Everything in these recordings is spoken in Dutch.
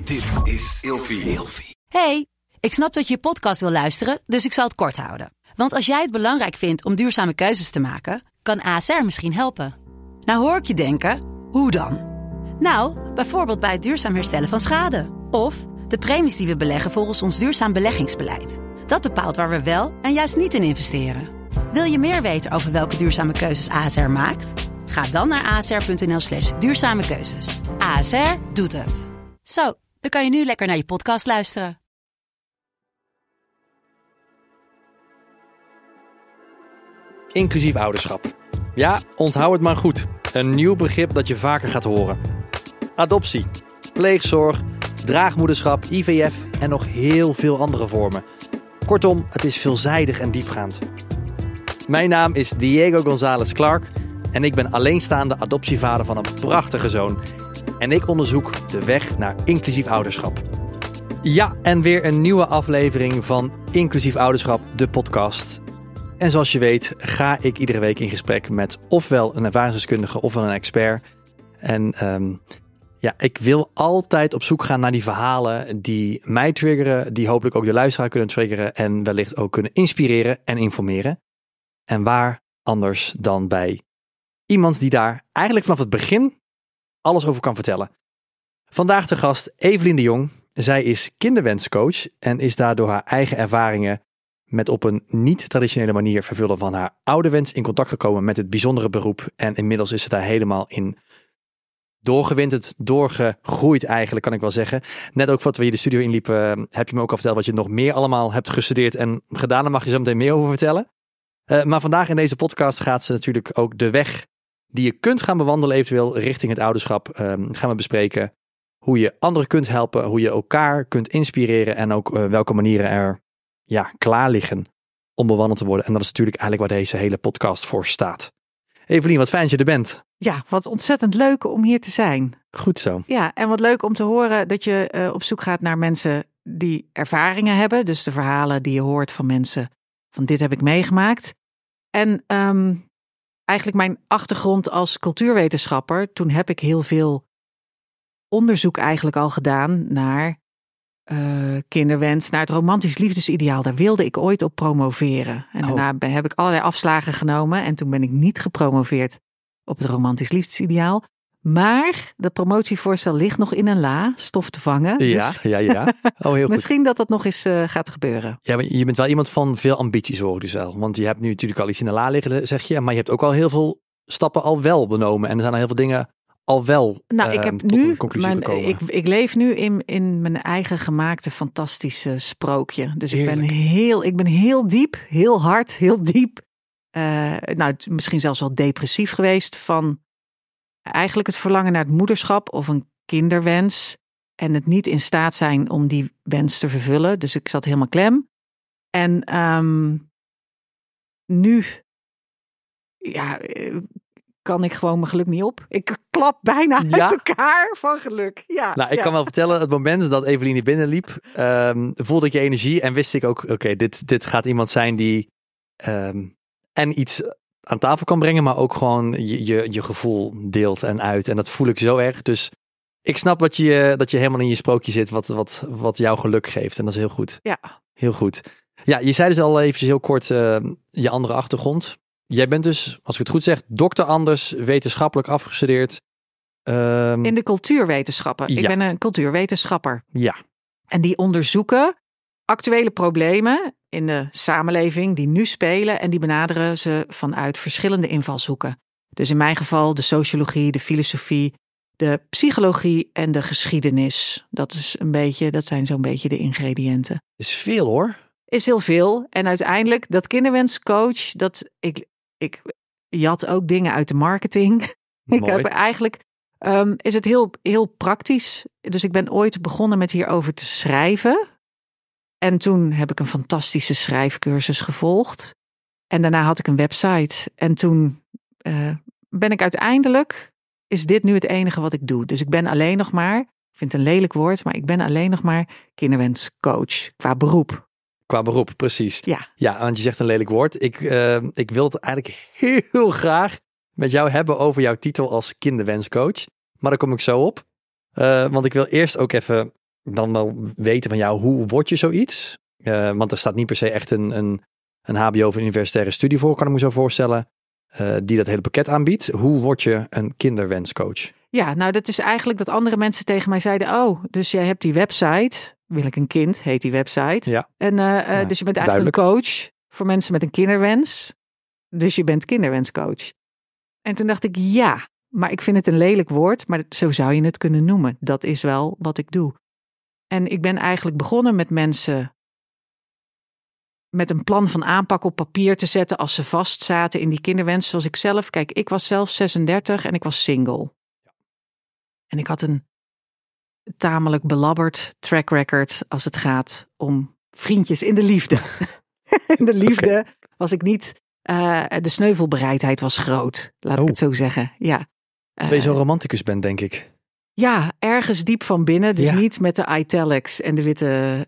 Dit is Ilfie. Hey, ik snap dat je je podcast wil luisteren, dus ik zal het kort houden. Want als jij het belangrijk vindt om duurzame keuzes te maken, kan ASR misschien helpen. Nou hoor ik je denken, hoe dan? Nou, bijvoorbeeld bij het duurzaam herstellen van schade. Of de premies die we beleggen volgens ons duurzaam beleggingsbeleid. Dat bepaalt waar we wel en juist niet in investeren. Wil je meer weten over welke duurzame keuzes ASR maakt? Ga dan naar asr.nl/duurzame keuzes. ASR doet het. Zo, dan kan je nu lekker naar je podcast luisteren. Inclusief ouderschap. Ja, onthoud het maar goed. Een nieuw begrip dat je vaker gaat horen. Adoptie, pleegzorg, draagmoederschap, IVF en nog heel veel andere vormen. Kortom, het is veelzijdig en diepgaand. Mijn naam is Diego González Clark en ik ben alleenstaande adoptievader van een prachtige zoon. En ik onderzoek de weg naar inclusief ouderschap. Ja, en weer een nieuwe aflevering van Inclusief Ouderschap, de podcast. En zoals je weet ga ik iedere week in gesprek met ofwel een ervaringsdeskundige ofwel een expert. En ik wil altijd op zoek gaan naar die verhalen die mij triggeren, die hopelijk ook de luisteraar kunnen triggeren en wellicht ook kunnen inspireren en informeren. En waar anders dan bij iemand die daar eigenlijk vanaf het begin alles over kan vertellen. Vandaag de gast Evelien de Jong. Zij is kinderwenscoach en is daardoor haar eigen ervaringen met op een niet-traditionele manier vervullen van haar ouderwens in contact gekomen met het bijzondere beroep. En inmiddels is ze daar helemaal in doorgewinterd, doorgegroeid eigenlijk, kan ik wel zeggen. Net ook wat we hier de studio inliepen, heb je me ook al verteld wat je nog meer allemaal hebt gestudeerd en gedaan. Daar mag je zo meteen meer over vertellen. Maar vandaag in deze podcast gaat ze natuurlijk ook de weg die je kunt gaan bewandelen eventueel richting het ouderschap. Gaan we bespreken hoe je anderen kunt helpen, hoe je elkaar kunt inspireren en ook welke manieren er klaar liggen om bewandeld te worden. En dat is natuurlijk eigenlijk waar deze hele podcast voor staat. Evelien, wat fijn dat je er bent. Ja, wat ontzettend leuk om hier te zijn. Goed zo. Ja, en wat leuk om te horen dat je op zoek gaat naar mensen die ervaringen hebben. Dus de verhalen die je hoort van mensen van dit heb ik meegemaakt. En eigenlijk mijn achtergrond als cultuurwetenschapper, toen heb ik heel veel onderzoek eigenlijk al gedaan naar kinderwens, naar het romantisch liefdesideaal. Daar wilde ik ooit op promoveren. En daarna heb ik allerlei afslagen genomen en toen ben ik niet gepromoveerd op het romantisch liefdesideaal. Maar dat promotievoorstel ligt nog in een la, stof te vangen. Ja, dus ja. Oh, heel goed. Misschien dat dat nog eens gaat gebeuren. Ja, maar je bent wel iemand van veel ambities, hoor ik dus wel. Want je hebt nu natuurlijk al iets in de la liggen, zeg je. Maar je hebt ook al heel veel stappen al wel benomen. En er zijn al heel veel dingen al wel ik heb tot nu een conclusie gekomen. Ik leef nu in mijn eigen gemaakte fantastische sprookje. Dus ik ben heel diep, heel hard, heel diep. Misschien zelfs wel depressief geweest van eigenlijk het verlangen naar het moederschap of een kinderwens. En het niet in staat zijn om die wens te vervullen. Dus ik zat helemaal klem. En nu kan ik gewoon mijn geluk niet op. Ik klap bijna uit elkaar van geluk. Ja, ik kan wel vertellen, het moment dat Evelien hier binnenliep, voelde ik je energie en wist ik ook, oké, dit gaat iemand zijn die en iets aan tafel kan brengen, maar ook gewoon je gevoel deelt en uit. En dat voel ik zo erg. Dus ik snap dat je helemaal in je sprookje zit, wat jouw geluk geeft. En dat is heel goed. Ja. Heel goed. Ja, je zei dus al eventjes heel kort je andere achtergrond. Jij bent dus, als ik het goed zeg, dokter Anders, wetenschappelijk afgestudeerd. In de cultuurwetenschappen. Ja. Ik ben een cultuurwetenschapper. Ja. En die onderzoeken actuele problemen in de samenleving die nu spelen en die benaderen ze vanuit verschillende invalshoeken. Dus in mijn geval de sociologie, de filosofie, de psychologie en de geschiedenis. Dat zijn zo'n beetje de ingrediënten. Is veel, hoor. Is heel veel. En uiteindelijk dat kinderwenscoach, ik jat ook dingen uit de marketing. Mooi. Ik heb eigenlijk is het heel, heel praktisch. Dus ik ben ooit begonnen met hierover te schrijven. En toen heb ik een fantastische schrijfcursus gevolgd. En daarna had ik een website. En toen ben ik uiteindelijk, is dit nu het enige wat ik doe. Dus ik ben alleen nog maar, ik vind het een lelijk woord, maar ik ben alleen nog maar kinderwenscoach qua beroep. Qua beroep, precies. Ja, want je zegt een lelijk woord. Ik wil het eigenlijk heel graag met jou hebben over jouw titel als kinderwenscoach. Maar daar kom ik zo op. Want ik wil eerst ook even dan wel weten van jou, hoe word je zoiets? Want er staat niet per se echt een hbo of een universitaire studie voor, kan ik me zo voorstellen, die dat hele pakket aanbiedt. Hoe word je een kinderwenscoach? Ja, nou dat is eigenlijk dat andere mensen tegen mij zeiden, oh, dus jij hebt die website, Wil ik een kind, heet die website. Ja. En dus je bent eigenlijk een coach voor mensen met een kinderwens. Dus je bent kinderwenscoach. En toen dacht ik, ja, maar ik vind het een lelijk woord, maar zo zou je het kunnen noemen. Dat is wel wat ik doe. En ik ben eigenlijk begonnen met mensen met een plan van aanpak op papier te zetten als ze vastzaten in die kinderwens. Zoals ik zelf, kijk, ik was zelf 36 en ik was single. En ik had een tamelijk belabberd track record als het gaat om vriendjes in de liefde. In de liefde was ik niet, de sneuvelbereidheid was groot, laat ik het zo zeggen. Ja. Terwijl je zo'n romanticus bent, denk ik. Ja, ergens diep van binnen. Dus niet met de italics en de witte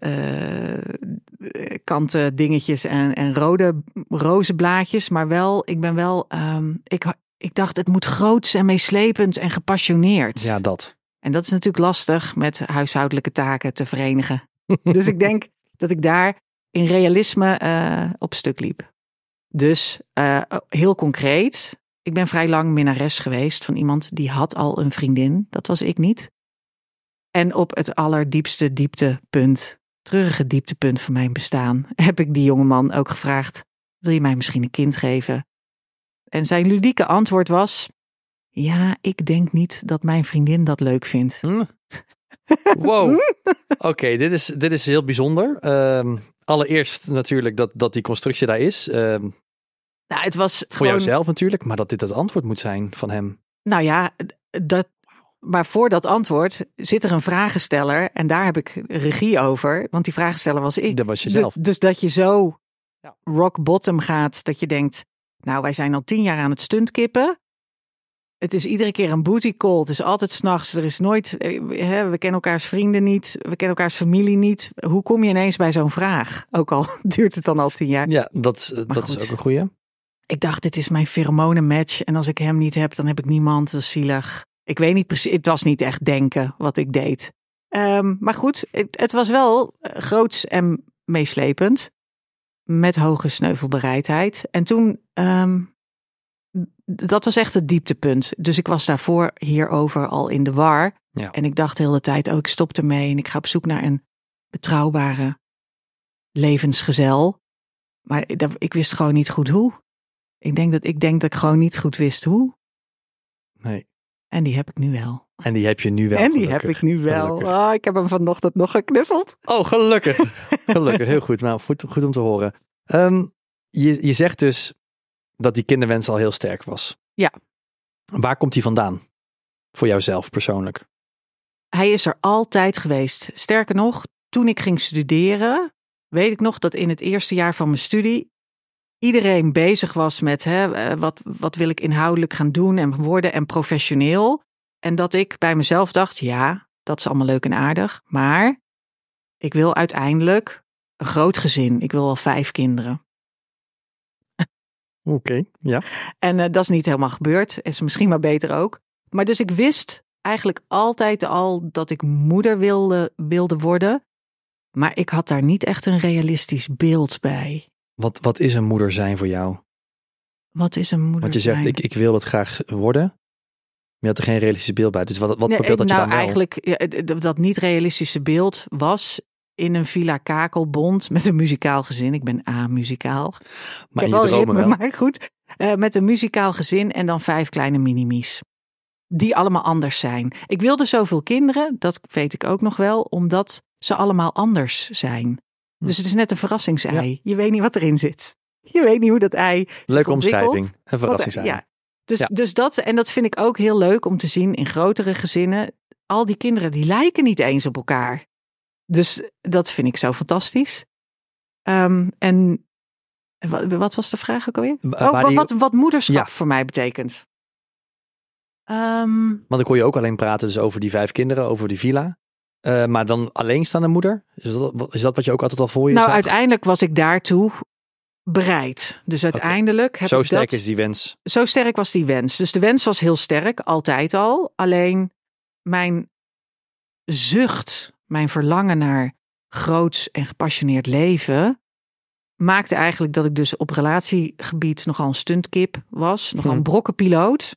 kanten dingetjes en rode rozenblaadjes. Maar wel, ik ben wel, ik dacht het moet groots en meeslepend en gepassioneerd. Ja, dat. En dat is natuurlijk lastig met huishoudelijke taken te verenigen. Dus ik denk dat ik daar in realisme op stuk liep. Dus heel concreet. Ik ben vrij lang minnares geweest van iemand die had al een vriendin. Dat was ik niet. En op het allerdiepste dieptepunt, treurige dieptepunt van mijn bestaan, heb ik die jongeman ook gevraagd, wil je mij misschien een kind geven? En zijn ludieke antwoord was, ja, ik denk niet dat mijn vriendin dat leuk vindt. Wow. Oké, dit is heel bijzonder. Allereerst natuurlijk dat die constructie daar is. Nou, het was voor jouzelf natuurlijk, maar dat dit het antwoord moet zijn van hem. Nou ja, maar voor dat antwoord zit er een vragensteller en daar heb ik regie over, want die vragensteller was ik. Dat was jezelf. Dus dat je zo rock bottom gaat, dat je denkt, nou wij zijn al 10 jaar aan het stuntkippen. Het is iedere keer een booty call, het is altijd 's nachts, er is nooit, we kennen elkaars vrienden niet, we kennen elkaars familie niet. Hoe kom je ineens bij zo'n vraag? Ook al duurt het dan al 10 jaar. Ja, dat is ook een goeie. Ik dacht, dit is mijn pheromonenmatch. En als ik hem niet heb, dan heb ik niemand. Dat is zielig. Ik weet niet precies. Het was niet echt denken wat ik deed. Maar goed, het was wel groots en meeslepend. Met hoge sneuvelbereidheid. En toen, dat was echt het dieptepunt. Dus ik was daarvoor hierover al in de war. Ja. En ik dacht de hele tijd, ik stop ermee. En ik ga op zoek naar een betrouwbare levensgezel. Maar ik wist gewoon niet goed hoe. Ik denk dat ik gewoon niet goed wist hoe. Nee. En die heb ik nu wel. En die heb je nu wel. En die heb ik nu wel. Ik heb hem vanochtend nog geknuffeld. Oh, gelukkig. Gelukkig, heel goed. Nou, goed om te horen. Je zegt dus dat die kinderwens al heel sterk was. Ja. Waar komt die vandaan? Voor jouzelf persoonlijk? Hij is er altijd geweest. Sterker nog, toen ik ging studeren, weet ik nog dat in het eerste jaar van mijn studie iedereen bezig was met wat wil ik inhoudelijk gaan doen en worden en professioneel. En dat ik bij mezelf dacht, ja, dat is allemaal leuk en aardig. Maar ik wil uiteindelijk een groot gezin. Ik wil wel 5 kinderen. Oké, ja. En dat is niet helemaal gebeurd. Is misschien maar beter ook. Maar dus ik wist eigenlijk altijd al dat ik moeder wilde worden. Maar ik had daar niet echt een realistisch beeld bij. Wat is een moeder zijn voor jou? Wat is een moeder Want je zegt, zijn? ik wil het graag worden. Maar je had er geen realistisch beeld bij. Dus wat voor beeld had je dan wel? Eigenlijk, dat niet realistische beeld was in een Villa Kakelbond met een muzikaal gezin. Ik ben amuzikaal. Maar ik in je dromen wel. Maar goed. Met een muzikaal gezin en dan 5 kleine minimies. Die allemaal anders zijn. Ik wilde zoveel kinderen, dat weet ik ook nog wel, omdat ze allemaal anders zijn. Dus het is net een verrassingsei. Ja. Je weet niet wat erin zit. Je weet niet hoe dat ei leuke omschrijving. Een verrassingsei. Ja. Dus dat, en dat vind ik ook heel leuk om te zien in grotere gezinnen. Al die kinderen die lijken niet eens op elkaar. Dus dat vind ik zo fantastisch. En wat was de vraag ook alweer? Wat moederschap voor mij betekent. Want ik hoor je ook alleen praten dus over die 5 kinderen, over die villa. Maar dan alleenstaande moeder? Is dat wat je ook altijd al voor je zag? Uiteindelijk was ik daartoe bereid. Dus uiteindelijk heb ik Zo sterk is die wens. Zo sterk was die wens. Dus de wens was heel sterk, altijd al. Alleen mijn zucht, mijn verlangen naar groots en gepassioneerd leven maakte eigenlijk dat ik dus op relatiegebied nogal een stuntkip was. Nogal een brokkenpiloot.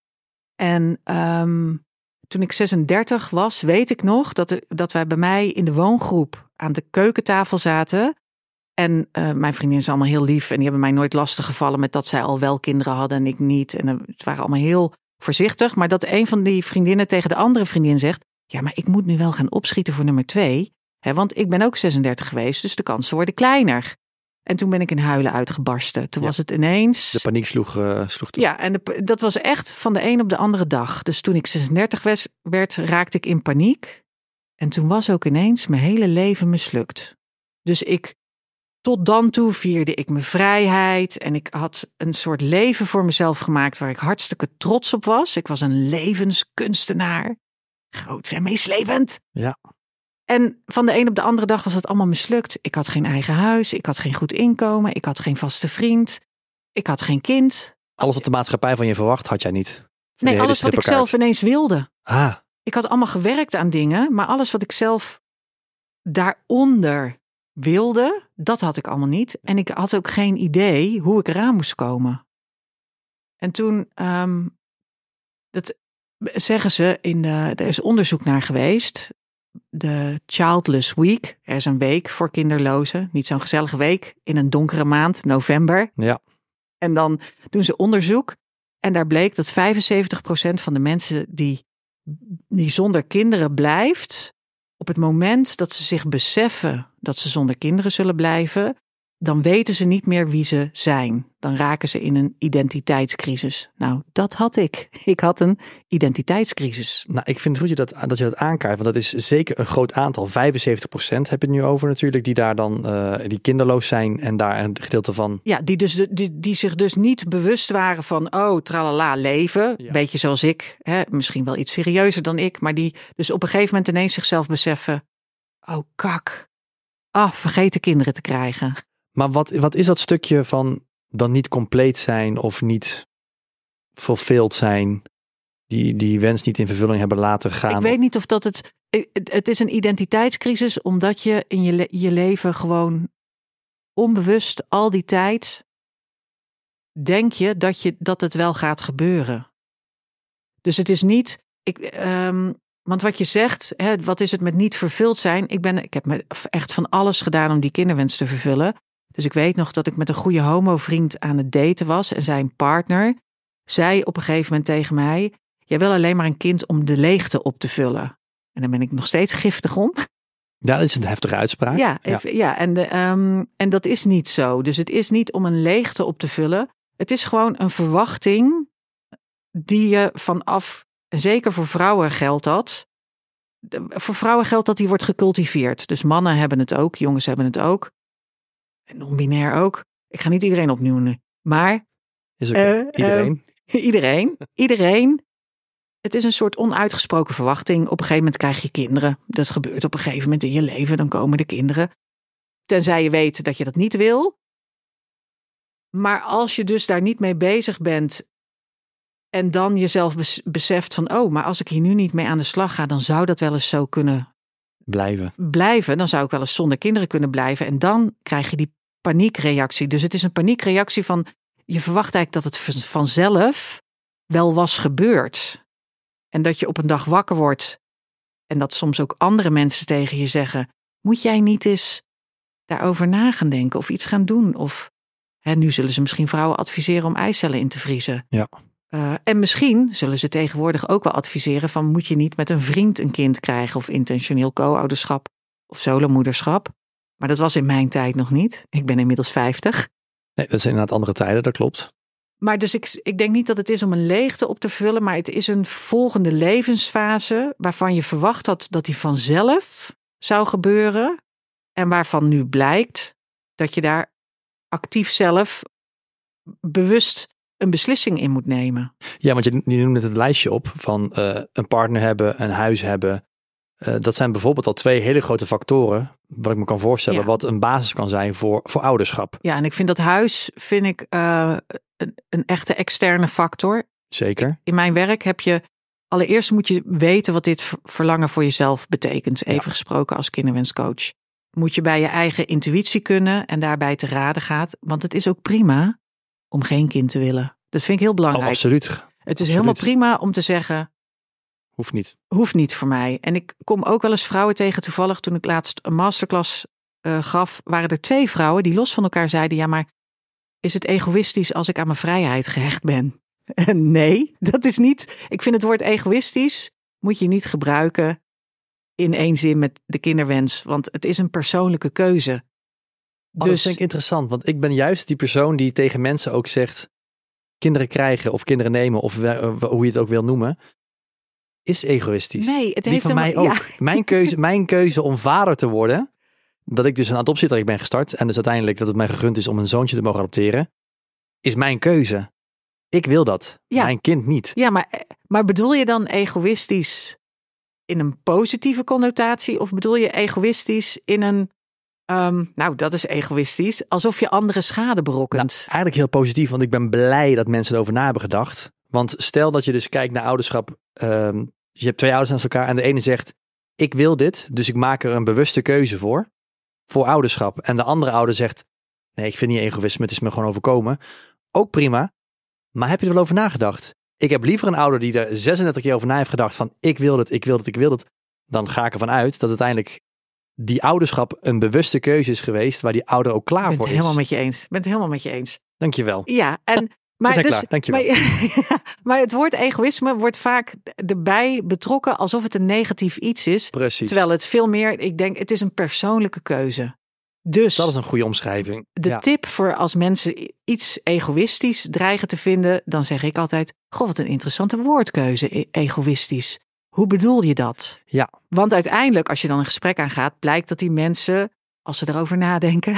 En toen ik 36 was, weet ik nog dat wij bij mij in de woongroep aan de keukentafel zaten. En mijn vriendin is allemaal heel lief. En die hebben mij nooit lastig gevallen met dat zij al wel kinderen hadden en ik niet. En het waren allemaal heel voorzichtig. Maar dat een van die vriendinnen tegen de andere vriendin zegt: ja, maar ik moet nu wel gaan opschieten voor nummer 2. Hè, want ik ben ook 36 geweest, dus de kansen worden kleiner. En toen ben ik in huilen uitgebarsten. Toen was het ineens... De paniek sloeg toe. Ja, en dat was echt van de een op de andere dag. Dus toen ik 36 werd, raakte ik in paniek. En toen was ook ineens mijn hele leven mislukt. Dus tot dan toe vierde ik mijn vrijheid. En ik had een soort leven voor mezelf gemaakt waar ik hartstikke trots op was. Ik was een levenskunstenaar. Groot en meeslepend. Ja. En van de een op de andere dag was het allemaal mislukt. Ik had geen eigen huis, ik had geen goed inkomen, ik had geen vaste vriend, ik had geen kind. Alles wat de maatschappij van je verwacht, had jij niet. Nee, alles wat ik zelf ineens wilde. Ah. Ik had allemaal gewerkt aan dingen, maar alles wat ik zelf daaronder wilde, dat had ik allemaal niet. En ik had ook geen idee hoe ik eraan moest komen. En toen, dat zeggen ze, er is onderzoek naar geweest. De Childless Week. Er is een week voor kinderlozen. Niet zo'n gezellige week. In een donkere maand, november. Ja. En dan doen ze onderzoek. En daar bleek dat 75% van de mensen die zonder kinderen blijft, op het moment dat ze zich beseffen dat ze zonder kinderen zullen blijven, dan weten ze niet meer wie ze zijn. Dan raken ze in een identiteitscrisis. Nou, dat had ik. Ik had een identiteitscrisis. Nou, ik vind het goed dat je dat aankaart. Want dat is zeker een groot aantal. 75% heb je het nu over natuurlijk. Die daar dan die kinderloos zijn. En daar een gedeelte van... Ja, die zich dus niet bewust waren van... oh, tralala, leven. Ja. Beetje zoals ik. Hè? Misschien wel iets serieuzer dan ik. Maar die dus op een gegeven moment ineens zichzelf beseffen... oh, kak. Vergeten kinderen te krijgen. Maar wat is dat stukje van dan niet compleet zijn of niet fulfilled zijn, die wens niet in vervulling hebben laten gaan? Ik weet niet of dat het is een identiteitscrisis, omdat je in je leven gewoon onbewust al die tijd denk je dat het wel gaat gebeuren. Dus het is niet, want wat je zegt, hè, wat is het met niet vervuld zijn? Ik heb echt van alles gedaan om die kinderwens te vervullen. Dus ik weet nog dat ik met een goede homo-vriend aan het daten was. En zijn partner zei op een gegeven moment tegen mij: jij wil alleen maar een kind om de leegte op te vullen. En daar ben ik nog steeds giftig om. Ja, dat is een heftige uitspraak. Ja. En dat is niet zo. Dus het is niet om een leegte op te vullen. Het is gewoon een verwachting die je vanaf, en zeker voor vrouwen geldt dat. Voor vrouwen geldt dat die wordt gecultiveerd. Dus mannen hebben het ook, jongens hebben het ook. En non-binair ook. Ik ga niet iedereen opnoemen. Maar is iedereen. Iedereen. Het is een soort onuitgesproken verwachting. Op een gegeven moment krijg je kinderen. Dat gebeurt op een gegeven moment in je leven. Dan komen de kinderen. Tenzij je weet dat je dat niet wil. Maar als je dus daar niet mee bezig bent. En dan jezelf beseft van, oh, maar als ik hier nu niet mee aan de slag ga, dan zou dat wel eens zo kunnen blijven. Dan zou ik wel eens zonder kinderen kunnen blijven. En dan krijg je die paniekreactie. Dus het is een paniekreactie van, je verwacht eigenlijk dat het vanzelf wel was gebeurd. En dat je op een dag wakker wordt. En dat soms ook andere mensen tegen je zeggen, moet jij niet eens daarover na gaan denken of iets gaan doen? Of nu zullen ze misschien vrouwen adviseren om eicellen in te vriezen. Ja. En misschien zullen ze tegenwoordig ook wel adviseren van, moet je niet met een vriend een kind krijgen of intentioneel co-ouderschap of solomoederschap. Maar dat was in mijn tijd nog niet. Ik ben inmiddels 50. Nee, dat zijn inderdaad andere tijden, dat klopt. Maar dus ik denk niet dat het is om een leegte op te vullen, maar het is een volgende levensfase waarvan je verwacht had dat die vanzelf zou gebeuren. En waarvan nu blijkt dat je daar actief zelf bewust een beslissing in moet nemen. Ja, want je noemde het lijstje op van een partner hebben, een huis hebben. Dat zijn bijvoorbeeld al 2 hele grote factoren, wat ik me kan voorstellen, wat een basis kan zijn voor ouderschap. Ja, en ik vind dat huis een echte externe factor. Zeker. In mijn werk heb je allereerst moet je weten wat dit verlangen voor jezelf betekent. Even gesproken als kinderwenscoach. Moet je bij je eigen intuïtie kunnen en daarbij te raden gaat. Want het is ook prima om geen kind te willen. Dat vind ik heel belangrijk. Oh, absoluut. Het is helemaal prima om te zeggen... Hoeft niet voor mij. En ik kom ook wel eens vrouwen tegen. Toevallig toen ik laatst een masterclass gaf... waren er 2 vrouwen die los van elkaar zeiden... ja, maar is het egoïstisch als ik aan mijn vrijheid gehecht ben? Nee, dat is niet. Ik vind het woord egoïstisch moet je niet gebruiken... in één zin met de kinderwens. Want het is een persoonlijke keuze. Dat vind ik interessant. Want ik ben juist die persoon die tegen mensen ook zegt... kinderen krijgen of kinderen nemen... of hoe je het ook wil noemen... is egoïstisch. Nee, het die heeft van mij ook. Ja. Mijn keuze om vader te worden... dat ik dus een adoptietraject ben gestart... en dus uiteindelijk dat het mij gegund is om een zoontje te mogen adopteren... is mijn keuze. Ik wil dat. Ja. Mijn kind niet. Ja, maar bedoel je dan egoïstisch... in een positieve connotatie? Of bedoel je egoïstisch in een... nou, dat is egoïstisch. Alsof je andere schade berokkent. Nou, eigenlijk heel positief, want ik ben blij dat mensen erover na hebben gedacht. Want stel dat je dus kijkt naar ouderschap. Je hebt 2 ouders naast elkaar en de ene zegt... ik wil dit, dus ik maak er een bewuste keuze voor ouderschap. En de andere ouder zegt... nee, ik vind niet egoïsme, het is me gewoon overkomen. Ook prima, maar heb je er wel over nagedacht? Ik heb liever een ouder die er 36 keer over na heeft gedacht van... ik wil dit. Dan ga ik ervan uit dat uiteindelijk... die ouderschap een bewuste keuze is geweest... waar die ouder ook klaar voor is. Ik ben het helemaal met je eens. Dankjewel. Ja, en... Maar, we zijn klaar, dankjewel. Maar het woord egoïsme wordt vaak erbij betrokken... alsof het een negatief iets is. Precies. Terwijl het veel meer... Ik denk, het is een persoonlijke keuze. Dus dat is een goede omschrijving. De tip voor als mensen iets egoïstisch dreigen te vinden... dan zeg ik altijd... goh, wat een interessante woordkeuze, egoïstisch. Hoe bedoel je dat? Ja. Want uiteindelijk, als je dan een gesprek aangaat... blijkt dat die mensen, als ze erover nadenken...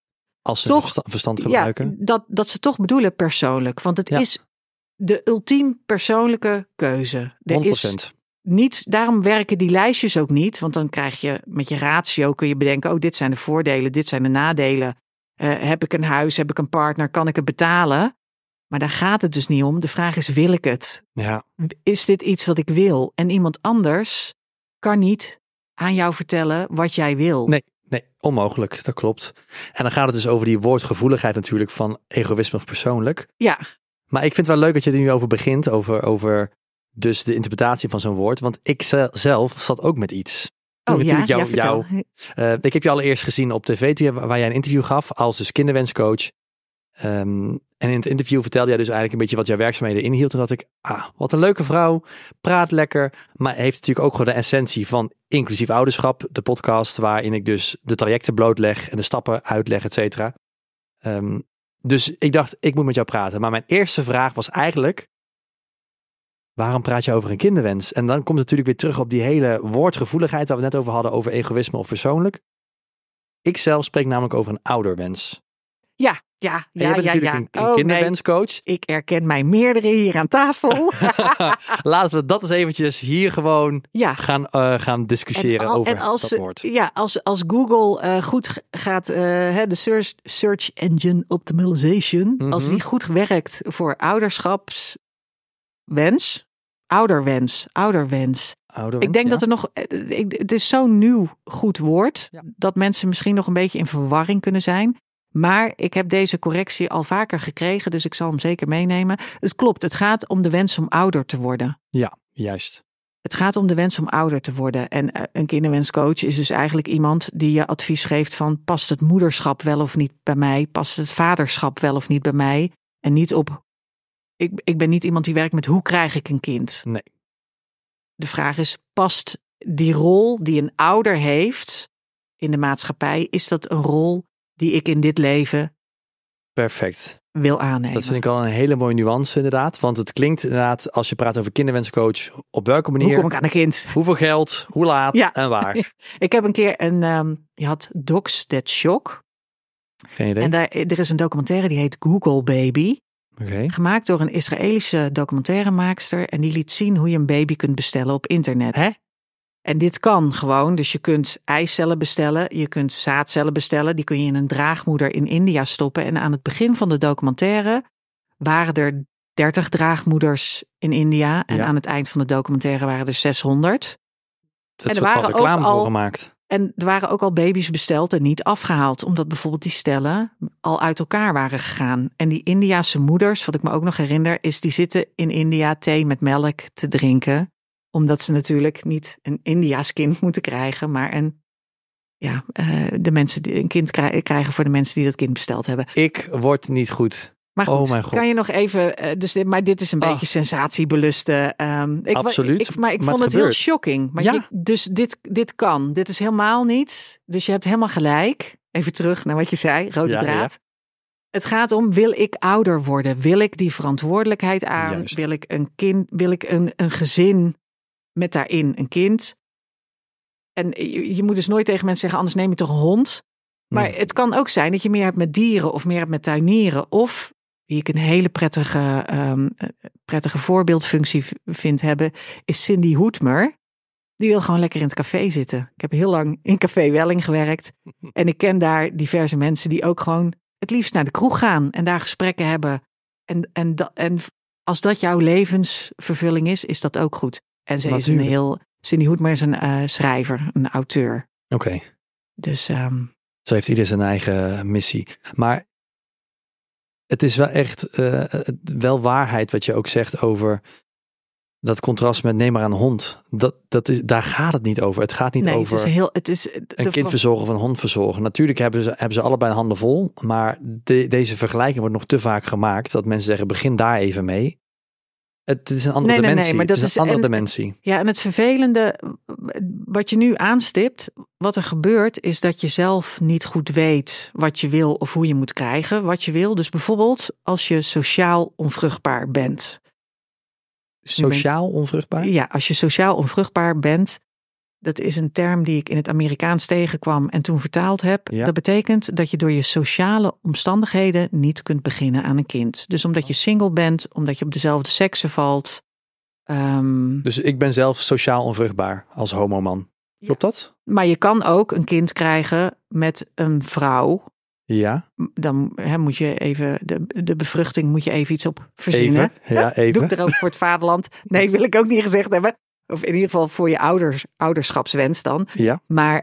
als ze toch, verstand gebruiken. Ja, dat ze toch bedoelen persoonlijk. Want het is de ultiem persoonlijke keuze. 100%. Daarom werken die lijstjes ook niet. Want dan krijg je met je ratio kun je bedenken... oh, dit zijn de voordelen, dit zijn de nadelen. Heb ik een huis, heb ik een partner, kan ik het betalen? Maar daar gaat het dus niet om. De vraag is, wil ik het? Ja. Is dit iets wat ik wil? En iemand anders kan niet aan jou vertellen wat jij wil. Nee, onmogelijk. Dat klopt. En dan gaat het dus over die woordgevoeligheid natuurlijk van egoïsme of persoonlijk. Ja. Maar ik vind het wel leuk dat je er nu over begint. Over dus de interpretatie van zo'n woord. Want ik zelf zat ook met iets. Vertel. Ik heb je allereerst gezien op tv waar jij een interview gaf als dus kinderwenscoach. En in het interview vertelde jij dus eigenlijk een beetje wat jouw werkzaamheden inhield. En dat ik, wat een leuke vrouw, praat lekker. Maar heeft natuurlijk ook gewoon de essentie van inclusief ouderschap. De podcast waarin ik dus de trajecten blootleg en de stappen uitleg, et cetera. Dus ik dacht, ik moet met jou praten. Maar mijn eerste vraag was eigenlijk, waarom praat je over een kinderwens? En dan komt het natuurlijk weer terug op die hele woordgevoeligheid waar we het net over hadden, over egoïsme of persoonlijk. Ik zelf spreek namelijk over een ouderwens. Ja. Jij bent natuurlijk een kinderwenscoach. Nee. Ik herken mij meerdere hier aan tafel. Laten we dat eens eventjes hier gewoon gaan discussiëren over dat woord. Ja, als Google goed gaat, de search engine optimization, als die goed werkt voor ouderwens. Ik denk dat er nog, het is zo'n nieuw goed woord, dat mensen misschien nog een beetje in verwarring kunnen zijn. Maar ik heb deze correctie al vaker gekregen, dus ik zal hem zeker meenemen. Het klopt, het gaat om de wens om ouder te worden. Ja, juist. Het gaat om de wens om ouder te worden. En een kinderwenscoach is dus eigenlijk iemand die je advies geeft van... past het moederschap wel of niet bij mij? Past het vaderschap wel of niet bij mij? En niet op... Ik ben niet iemand die werkt met hoe krijg ik een kind? Nee. De vraag is, past die rol die een ouder heeft in de maatschappij... is dat een rol die ik in dit leven perfect wil aannemen? Dat vind ik al een hele mooie nuance inderdaad. Want het klinkt inderdaad, als je praat over kinderwenscoach, op welke manier? Hoe kom ik aan een kind? Hoeveel geld? Hoe laat? En waar? Ik heb een keer je had Docs That Shock. Geen idee. En er is een documentaire die heet Google Baby. Okay. Gemaakt door een Israëlische documentairemaakster. En die liet zien hoe je een baby kunt bestellen op internet. Hè? En dit kan gewoon. Dus je kunt eicellen bestellen. Je kunt zaadcellen bestellen. Die kun je in een draagmoeder in India stoppen. En aan het begin van de documentaire waren er 30 draagmoeders in India. En aan het eind van de documentaire waren er 600. Dat is ook reclame voor gemaakt. En er waren ook al baby's besteld en niet afgehaald. Omdat bijvoorbeeld die stellen al uit elkaar waren gegaan. En die Indiase moeders, wat ik me ook nog herinner, is die zitten in India thee met melk te drinken. Omdat ze natuurlijk niet een Indiaas kind moeten krijgen, maar de mensen die een kind krijgen voor de mensen die dat kind besteld hebben. Ik word niet goed. Maar goed, oh mijn God. Kan je nog even... maar dit is een beetje sensatiebeluste. Absoluut. Maar ik vond het heel shocking. Maar dit kan. Dit is helemaal niet. Dus je hebt helemaal gelijk. Even terug naar wat je zei, rode draad. Ja. Het gaat om, wil ik ouder worden? Wil ik die verantwoordelijkheid aan? Juist. Wil ik een kind? Wil ik een gezin met daarin een kind? En je moet dus nooit tegen mensen zeggen, anders neem je toch een hond? Maar het kan ook zijn dat je meer hebt met dieren of meer hebt met tuinieren. Of, die ik een hele prettige voorbeeldfunctie vind hebben, is Cindy Hoedmer. Die wil gewoon lekker in het café zitten. Ik heb heel lang in Café Welling gewerkt. En ik ken daar diverse mensen die ook gewoon het liefst naar de kroeg gaan. En daar gesprekken hebben. En als dat jouw levensvervulling is dat ook goed. En ze is Cindy Hoedmer is een schrijver, een auteur. Oké. Dus... Zo heeft ieder zijn eigen missie. Maar het is wel echt wel waarheid wat je ook zegt over dat contrast met neem maar een hond. Daar gaat het niet over. Het gaat niet over een kind verzorgen of een hond verzorgen. Natuurlijk hebben ze allebei handen vol. Maar deze vergelijking wordt nog te vaak gemaakt. Dat mensen zeggen, begin daar even mee. Het is een andere dimensie. Maar dat is een andere dimensie. Ja, en het vervelende wat je nu aanstipt, wat er gebeurt, is dat je zelf niet goed weet wat je wil of hoe je moet krijgen wat je wil. Dus bijvoorbeeld als je sociaal onvruchtbaar bent. Sociaal onvruchtbaar? Ja, als je sociaal onvruchtbaar bent, dat is een term die ik in het Amerikaans tegenkwam en toen vertaald heb. Ja. Dat betekent dat je door je sociale omstandigheden niet kunt beginnen aan een kind. Dus omdat je single bent, omdat je op dezelfde seksen valt. Dus ik ben zelf sociaal onvruchtbaar als homoman. Klopt dat? Maar je kan ook een kind krijgen met een vrouw. Ja. Dan moet je even, de bevruchting moet je even iets op verzinnen. Even. Doe ik er ook voor het vaderland. Nee, wil ik ook niet gezegd hebben. Of in ieder geval voor je ouderschapswens dan. Ja. Maar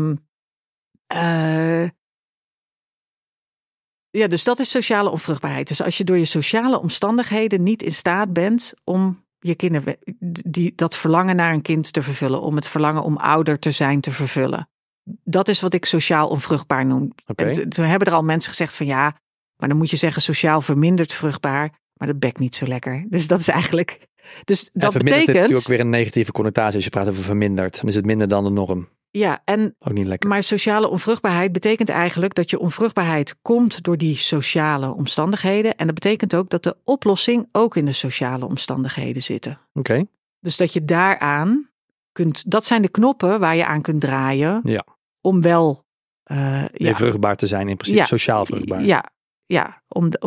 dus dat is sociale onvruchtbaarheid. Dus als je door je sociale omstandigheden niet in staat bent om je kinderen, dat verlangen naar een kind te vervullen, om het verlangen om ouder te zijn te vervullen. Dat is wat ik sociaal onvruchtbaar noem. Okay. En toen hebben er al mensen gezegd van ja, maar dan moet je zeggen sociaal verminderd vruchtbaar. Maar dat bekt niet zo lekker. Dus dat is eigenlijk... Dus dat betekent... heeft natuurlijk ook weer een negatieve connotatie als je praat over verminderd. Dan is het minder dan de norm. Ja, en ook niet lekker. Maar sociale onvruchtbaarheid betekent eigenlijk dat je onvruchtbaarheid komt door die sociale omstandigheden. En dat betekent ook dat de oplossing ook in de sociale omstandigheden zit. Oké. Dus dat je daaraan kunt... Dat zijn de knoppen waar je aan kunt draaien. Ja. Om wel... vruchtbaar te zijn in principe. Sociaal vruchtbaar. Ja.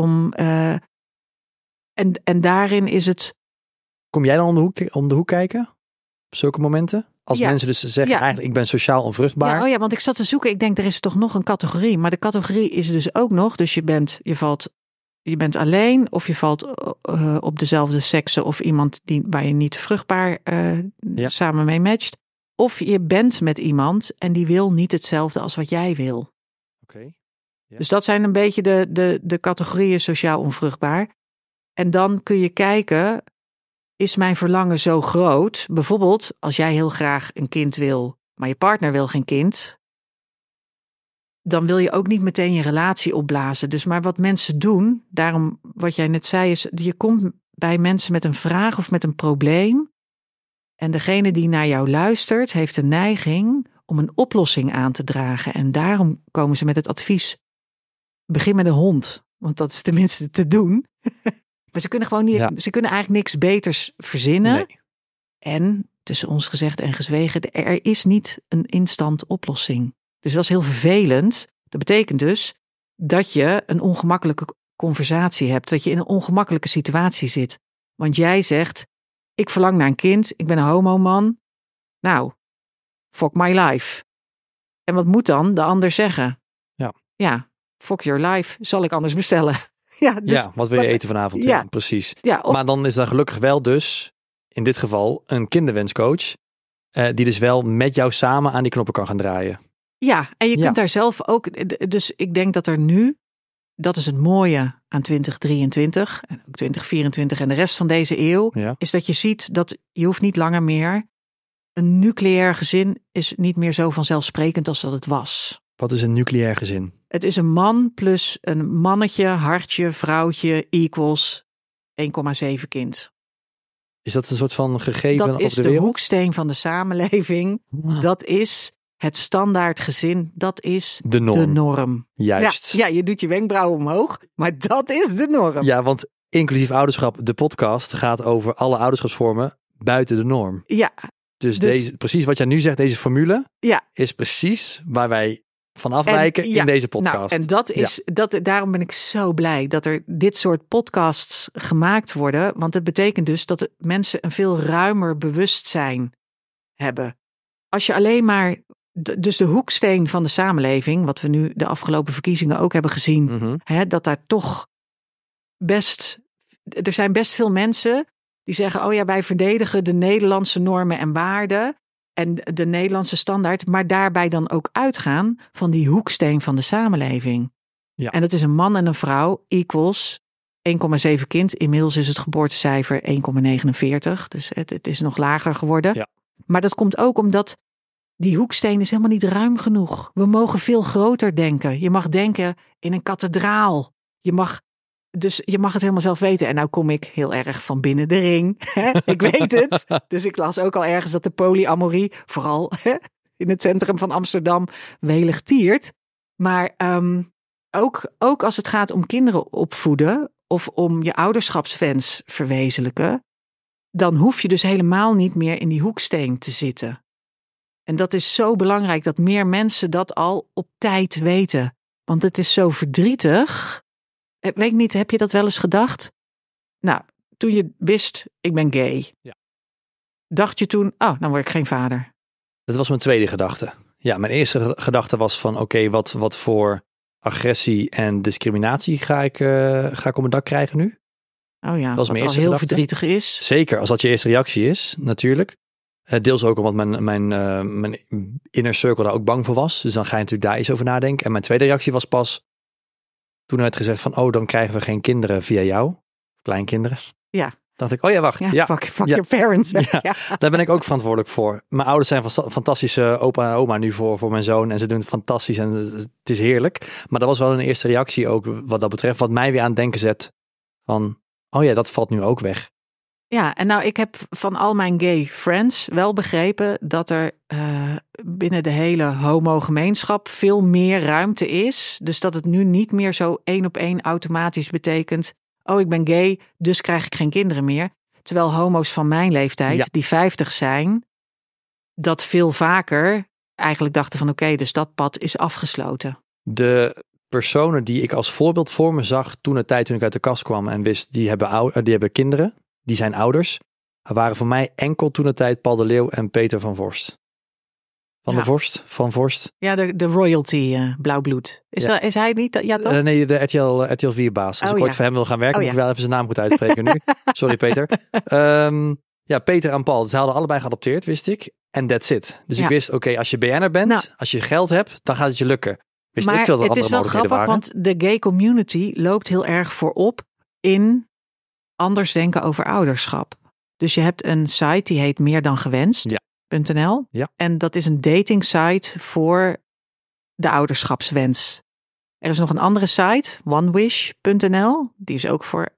En daarin is het... Kom jij dan om de hoek kijken? Op zulke momenten? Als mensen dus zeggen, eigenlijk ik ben sociaal onvruchtbaar. Ja, want ik zat te zoeken. Ik denk, er is toch nog een categorie. Maar de categorie is dus ook nog. Dus je bent alleen. Of je valt op dezelfde sekse. Of iemand waar je niet vruchtbaar samen mee matcht. Of je bent met iemand en die wil niet hetzelfde als wat jij wil. Oké. Ja. Dus dat zijn een beetje de categorieën sociaal onvruchtbaar. En dan kun je kijken, is mijn verlangen zo groot? Bijvoorbeeld, als jij heel graag een kind wil, maar je partner wil geen kind, dan wil je ook niet meteen je relatie opblazen. Dus maar wat mensen doen, daarom wat jij net zei, is je komt bij mensen met een vraag of met een probleem. En degene die naar jou luistert, heeft de neiging om een oplossing aan te dragen. En daarom komen ze met het advies, begin met een hond. Want dat is tenminste te doen. Maar ze kunnen gewoon niet, ze kunnen eigenlijk niks beters verzinnen. Nee. En tussen ons gezegd en gezwegen, er is niet een instant oplossing. Dus dat is heel vervelend. Dat betekent dus dat je een ongemakkelijke conversatie hebt. Dat je in een ongemakkelijke situatie zit. Want jij zegt, ik verlang naar een kind. Ik ben een homoman. Nou, fuck my life. En wat moet dan de ander zeggen? Ja. Ja, fuck your life. Zal ik anders bestellen? Wat wil je eten vanavond? Ja, precies. Ja, maar dan is dan gelukkig wel dus, in dit geval, een kinderwenscoach. Die dus wel met jou samen aan die knoppen kan gaan draaien. Ja, en je kunt daar zelf ook... Dus ik denk dat er nu, dat is het mooie aan 2023... en ook 2024 en de rest van deze eeuw... is dat je ziet dat je hoeft niet langer meer... Een nucleair gezin is niet meer zo vanzelfsprekend als dat het was. Wat is een nucleair gezin? Het is een man plus een mannetje, hartje, vrouwtje, equals 1,7 kind. Is dat een soort van gegeven op de wereld? Dat is de hoeksteen van de samenleving. Dat is het standaard gezin. Dat is de norm. Juist. Ja, je doet je wenkbrauwen omhoog, maar dat is de norm. Ja, want inclusief ouderschap, de podcast gaat over alle ouderschapsvormen buiten de norm. Ja. Dus deze, precies wat jij nu zegt, deze formule, is precies waar wij van afwijken in deze podcast. En dat is, daarom ben ik zo blij dat er dit soort podcasts gemaakt worden. Want het betekent dus dat mensen een veel ruimer bewustzijn hebben. Als je alleen maar, dus de hoeksteen van de samenleving, wat we nu de afgelopen verkiezingen ook hebben gezien, dat daar toch er zijn best veel mensen die zeggen, wij verdedigen de Nederlandse normen en waarden en de Nederlandse standaard, maar daarbij dan ook uitgaan van die hoeksteen van de samenleving. Ja. En dat is een man en een vrouw, equals 1,7 kind. Inmiddels is het geboortecijfer 1,49. Dus het is nog lager geworden. Ja. Maar dat komt ook omdat die hoeksteen is helemaal niet ruim genoeg. We mogen veel groter denken. Je mag denken in een kathedraal. Je mag het helemaal zelf weten. En nou kom ik heel erg van binnen de ring. Ik weet het. Dus ik las ook al ergens dat de polyamorie, vooral in het centrum van Amsterdam, welig tiert. Maar ook als het gaat om kinderen opvoeden of om je ouderschapswens verwezenlijken, dan hoef je dus helemaal niet meer in die hoeksteen te zitten. En dat is zo belangrijk dat meer mensen dat al op tijd weten. Want het is zo verdrietig. Weet ik niet, heb je dat wel eens gedacht? Nou, toen je wist, ik ben gay. Ja. Dacht je toen, dan word ik geen vader. Dat was mijn tweede gedachte. Ja, mijn eerste gedachte was van, oké, wat voor agressie en discriminatie ga ik op mijn dak krijgen nu? Oh ja, wat al heel verdrietig is. Zeker, als dat je eerste reactie is, natuurlijk. Deels ook omdat mijn inner circle daar ook bang voor was. Dus dan ga je natuurlijk daar eens over nadenken. En mijn tweede reactie was pas toen werd gezegd van, dan krijgen we geen kinderen via jou. Kleinkinderen. Ja. Dacht ik, wacht. Ja, fuck your parents. Ja. Daar ben ik ook verantwoordelijk voor. Mijn ouders zijn fantastische opa en oma nu voor mijn zoon. En ze doen het fantastisch en het is heerlijk. Maar dat was wel een eerste reactie ook wat dat betreft. Wat mij weer aan het denken zet van, dat valt nu ook weg. Ja, en nou, ik heb van al mijn gay friends wel begrepen dat er binnen de hele homo-gemeenschap veel meer ruimte is. Dus dat het nu niet meer zo 1-op-1 automatisch betekent, ik ben gay, dus krijg ik geen kinderen meer. Terwijl homo's van mijn leeftijd, die 50 zijn, dat veel vaker eigenlijk dachten van dus dat pad is afgesloten. De personen die ik als voorbeeld voor me zag toen ik uit de kast kwam en wist, die hebben kinderen. Die zijn ouders. Er waren voor mij enkel toentertijd Paul de Leeuw en Peter van Vorst. Van Vorst. Ja, de royalty, blauw bloed. Is hij niet? Ja, toch? Nee, de RTL 4 baas. Als ik ooit voor hem wil gaan werken, moet ik wel even zijn naam goed uitspreken nu. Sorry Peter. Peter en Paul, ze hadden allebei geadopteerd, wist ik. En that's it. Dus ik wist, als je BN'er bent, als je geld hebt, dan gaat het je lukken. Wist maar ik veel dat het is wel grappig, waren. Want de gay community loopt heel erg voorop in anders denken over ouderschap. Dus je hebt een site die heet meerdangewenst.nl. Ja. En dat is een dating site voor de ouderschapswens. Er is nog een andere site, onewish.nl. Die is ook voor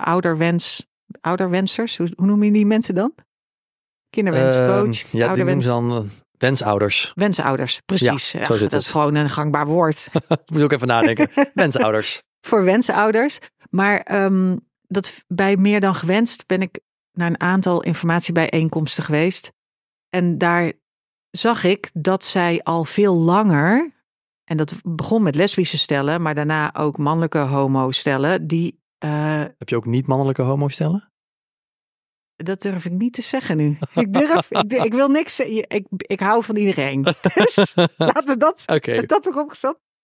ouderwensers. Hoe noem je die mensen dan? Kinderwenscoach. Die noemen ze dan wensouders. Wensouders, precies. Ja, dat is gewoon een gangbaar woord. Moet ook even nadenken. Wensouders. Voor wensouders. Maar dat bij Meer dan Gewenst ben ik naar een aantal informatiebijeenkomsten geweest. En daar zag ik dat zij al veel langer, en dat begon met lesbische stellen, maar daarna ook mannelijke homo-stellen, die... Heb je ook niet mannelijke homo-stellen? Dat durf ik niet te zeggen nu. Ik wil niks zeggen. Ik hou van iedereen. Dus laten we dat vooropgesteld.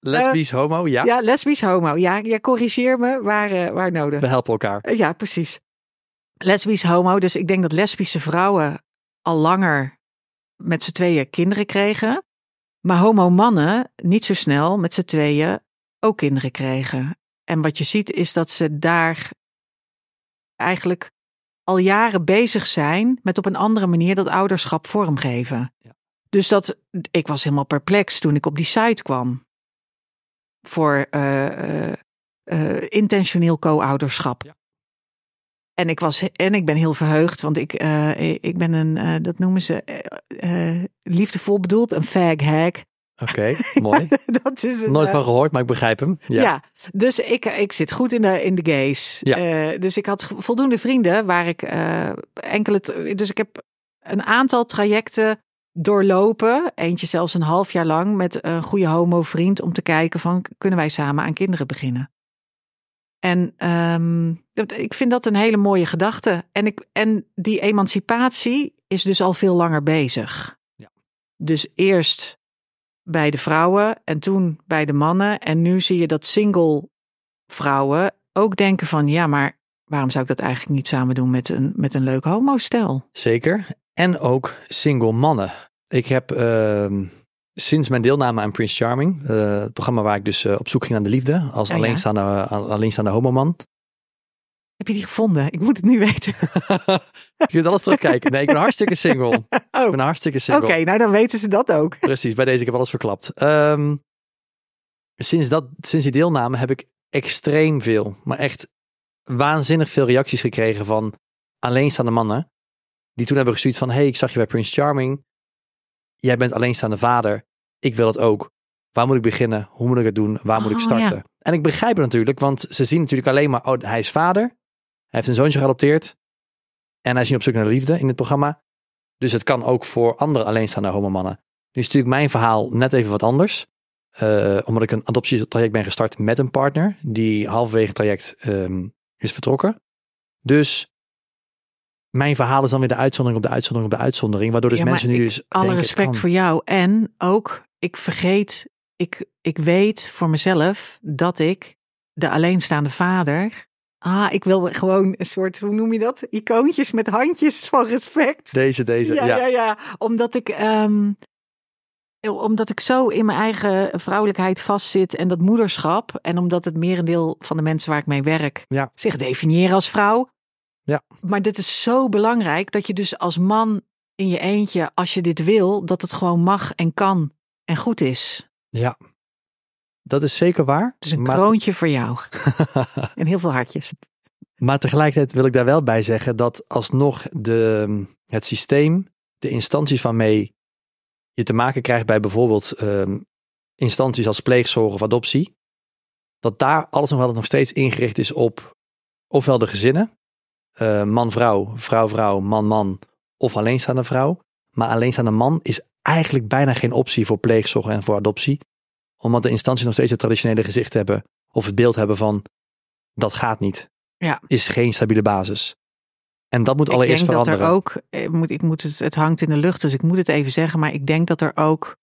Lesbisch, homo, ja. Ja, lesbisch, homo. Ja, corrigeer me waar nodig. We helpen elkaar. Ja, precies. Lesbisch, homo. Dus ik denk dat lesbische vrouwen al langer met z'n tweeën kinderen kregen. Maar homo mannen niet zo snel met z'n tweeën ook kinderen kregen. En wat je ziet is dat ze daar eigenlijk al jaren bezig zijn met op een andere manier dat ouderschap vormgeven. Ja. Dus ik was helemaal perplex toen ik op die site kwam. Voor intentioneel co-ouderschap. Ja. En ik ben heel verheugd, want ik ben een, dat noemen ze liefdevol bedoeld, een fag-hag. Oké, mooi. Dat is nooit van gehoord, maar ik begrijp hem. Ja, dus ik zit goed in de gays. Ja. Dus ik had voldoende vrienden waar ik dus ik heb een aantal trajecten doorlopen. Eentje zelfs een half jaar lang met een goede homo vriend om te kijken van, kunnen wij samen aan kinderen beginnen? En ik vind dat een hele mooie gedachte. En die emancipatie is dus al veel langer bezig. Ja. Dus eerst bij de vrouwen en toen bij de mannen. En nu zie je dat single vrouwen ook denken van, ja, maar waarom zou ik dat eigenlijk niet samen doen met een leuk homostel? Zeker. En ook single mannen. Ik heb sinds mijn deelname aan Prince Charming, het programma waar ik dus op zoek ging naar de liefde, als alleenstaande homoman. Heb je die gevonden? Ik moet het nu weten. Je kunt alles terugkijken. Nee, ik ben hartstikke single. Ik ben hartstikke single. Oké, nou dan weten ze dat ook. Precies, bij deze ik heb alles verklapt. Sinds die deelname heb ik extreem veel, maar echt waanzinnig veel reacties gekregen van alleenstaande mannen. Die toen hebben gestuurd van, hey, ik zag je bij Prince Charming. Jij bent alleenstaande vader. Ik wil het ook. Waar moet ik beginnen? Hoe moet ik het doen? Waar moet ik starten? Ja. En ik begrijp het natuurlijk, want ze zien natuurlijk alleen maar, oh, hij is vader. Hij heeft een zoontje geadopteerd. En hij is nu op zoek naar de liefde in het programma. Dus het kan ook voor andere alleenstaande homomannen. Nu is natuurlijk mijn verhaal net even wat anders. Omdat ik een adoptietraject ben gestart met een partner. Die halverwege het traject is vertrokken. Dus mijn verhaal is dan weer de uitzondering op de uitzondering op de uitzondering. Waardoor dus mensen nu eens alle denken, respect voor jou. En ook, ik weet voor mezelf dat ik de alleenstaande vader. Ik wil gewoon een soort, hoe noem je dat? Icoontjes met handjes van respect. Deze. Ja. Omdat ik zo in mijn eigen vrouwelijkheid vastzit en dat moederschap. En omdat het merendeel van de mensen waar ik mee werk zich definiëren als vrouw. Ja. Maar dit is zo belangrijk dat je dus als man in je eentje, als je dit wil, dat het gewoon mag en kan en goed is. Ja, dat is zeker waar. Dus een kroontje voor jou. En heel veel hartjes. Maar tegelijkertijd wil ik daar wel bij zeggen dat alsnog het systeem, de instanties waarmee je te maken krijgt bij bijvoorbeeld instanties als pleegzorg of adoptie, dat daar alles nog steeds ingericht is op ofwel de gezinnen, man-vrouw, vrouw-vrouw, man-man of alleenstaande vrouw. Maar alleenstaande man is eigenlijk bijna geen optie voor pleegzorg en voor adoptie. Omdat de instanties nog steeds het traditionele gezicht hebben of het beeld hebben van dat gaat niet. Ja. Is geen stabiele basis. En dat moet allereerst veranderen. Dat er ook, het hangt in de lucht, dus ik moet het even zeggen, maar ik denk dat er ook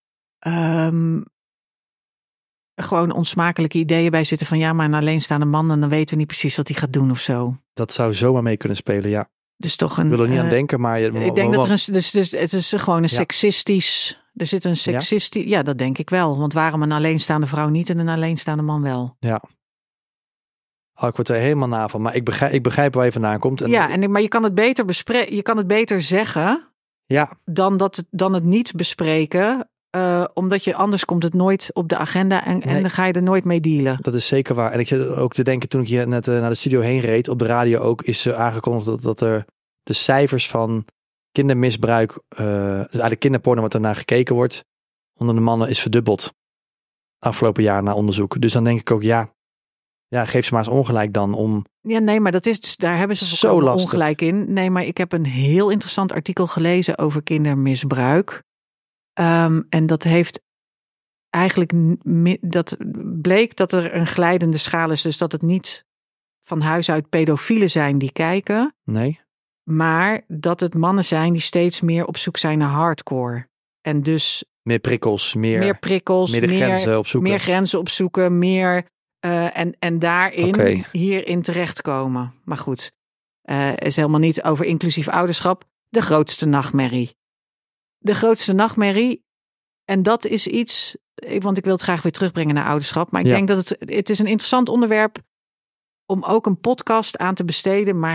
gewoon onsmakelijke ideeën bij zitten van ja, maar een alleenstaande man en dan weten we niet precies wat hij gaat doen of zo. Dat zou zomaar mee kunnen spelen, ja. Dus toch een. Ik wil er niet aan denken, maar ik denk dat er het is gewoon een seksistisch. Er zit een seksistisch. Ja, dat denk ik wel. Want waarom een alleenstaande vrouw niet en een alleenstaande man wel? Ja. Ik word er helemaal na van, maar ik begrijp waar je vandaan komt. En maar je kan het beter bespreken. Je kan het beter zeggen. Ja. Dan het niet bespreken. Omdat je anders komt het nooit op de agenda en dan ga je er nooit mee dealen. Dat is zeker waar. En ik zit ook te denken toen ik hier net naar de studio heen reed, op de radio ook, is aangekondigd dat er de cijfers van kindermisbruik, dus eigenlijk kinderporno wat ernaar gekeken wordt, onder de mannen is verdubbeld afgelopen jaar na onderzoek. Dus dan denk ik ook, ja, geef ze maar eens ongelijk dan om. Ja, nee, maar dat is dus, daar hebben ze zo ongelijk in. Nee, maar ik heb een heel interessant artikel gelezen over kindermisbruik. En dat heeft eigenlijk, dat bleek dat er een glijdende schaal is. Dus dat het niet van huis uit pedofielen zijn die kijken. Nee. Maar dat het mannen zijn die steeds meer op zoek zijn naar hardcore. En dus Meer prikkels, meer de grenzen opzoeken. Meer grenzen opzoeken, en daarin hierin terechtkomen. Maar goed, is helemaal niet over inclusief ouderschap. De grootste nachtmerrie. De grootste nachtmerrie. En dat is iets, want ik wil het graag weer terugbrengen naar ouderschap. Maar ik denk dat het is een interessant onderwerp om ook een podcast aan te besteden. Maar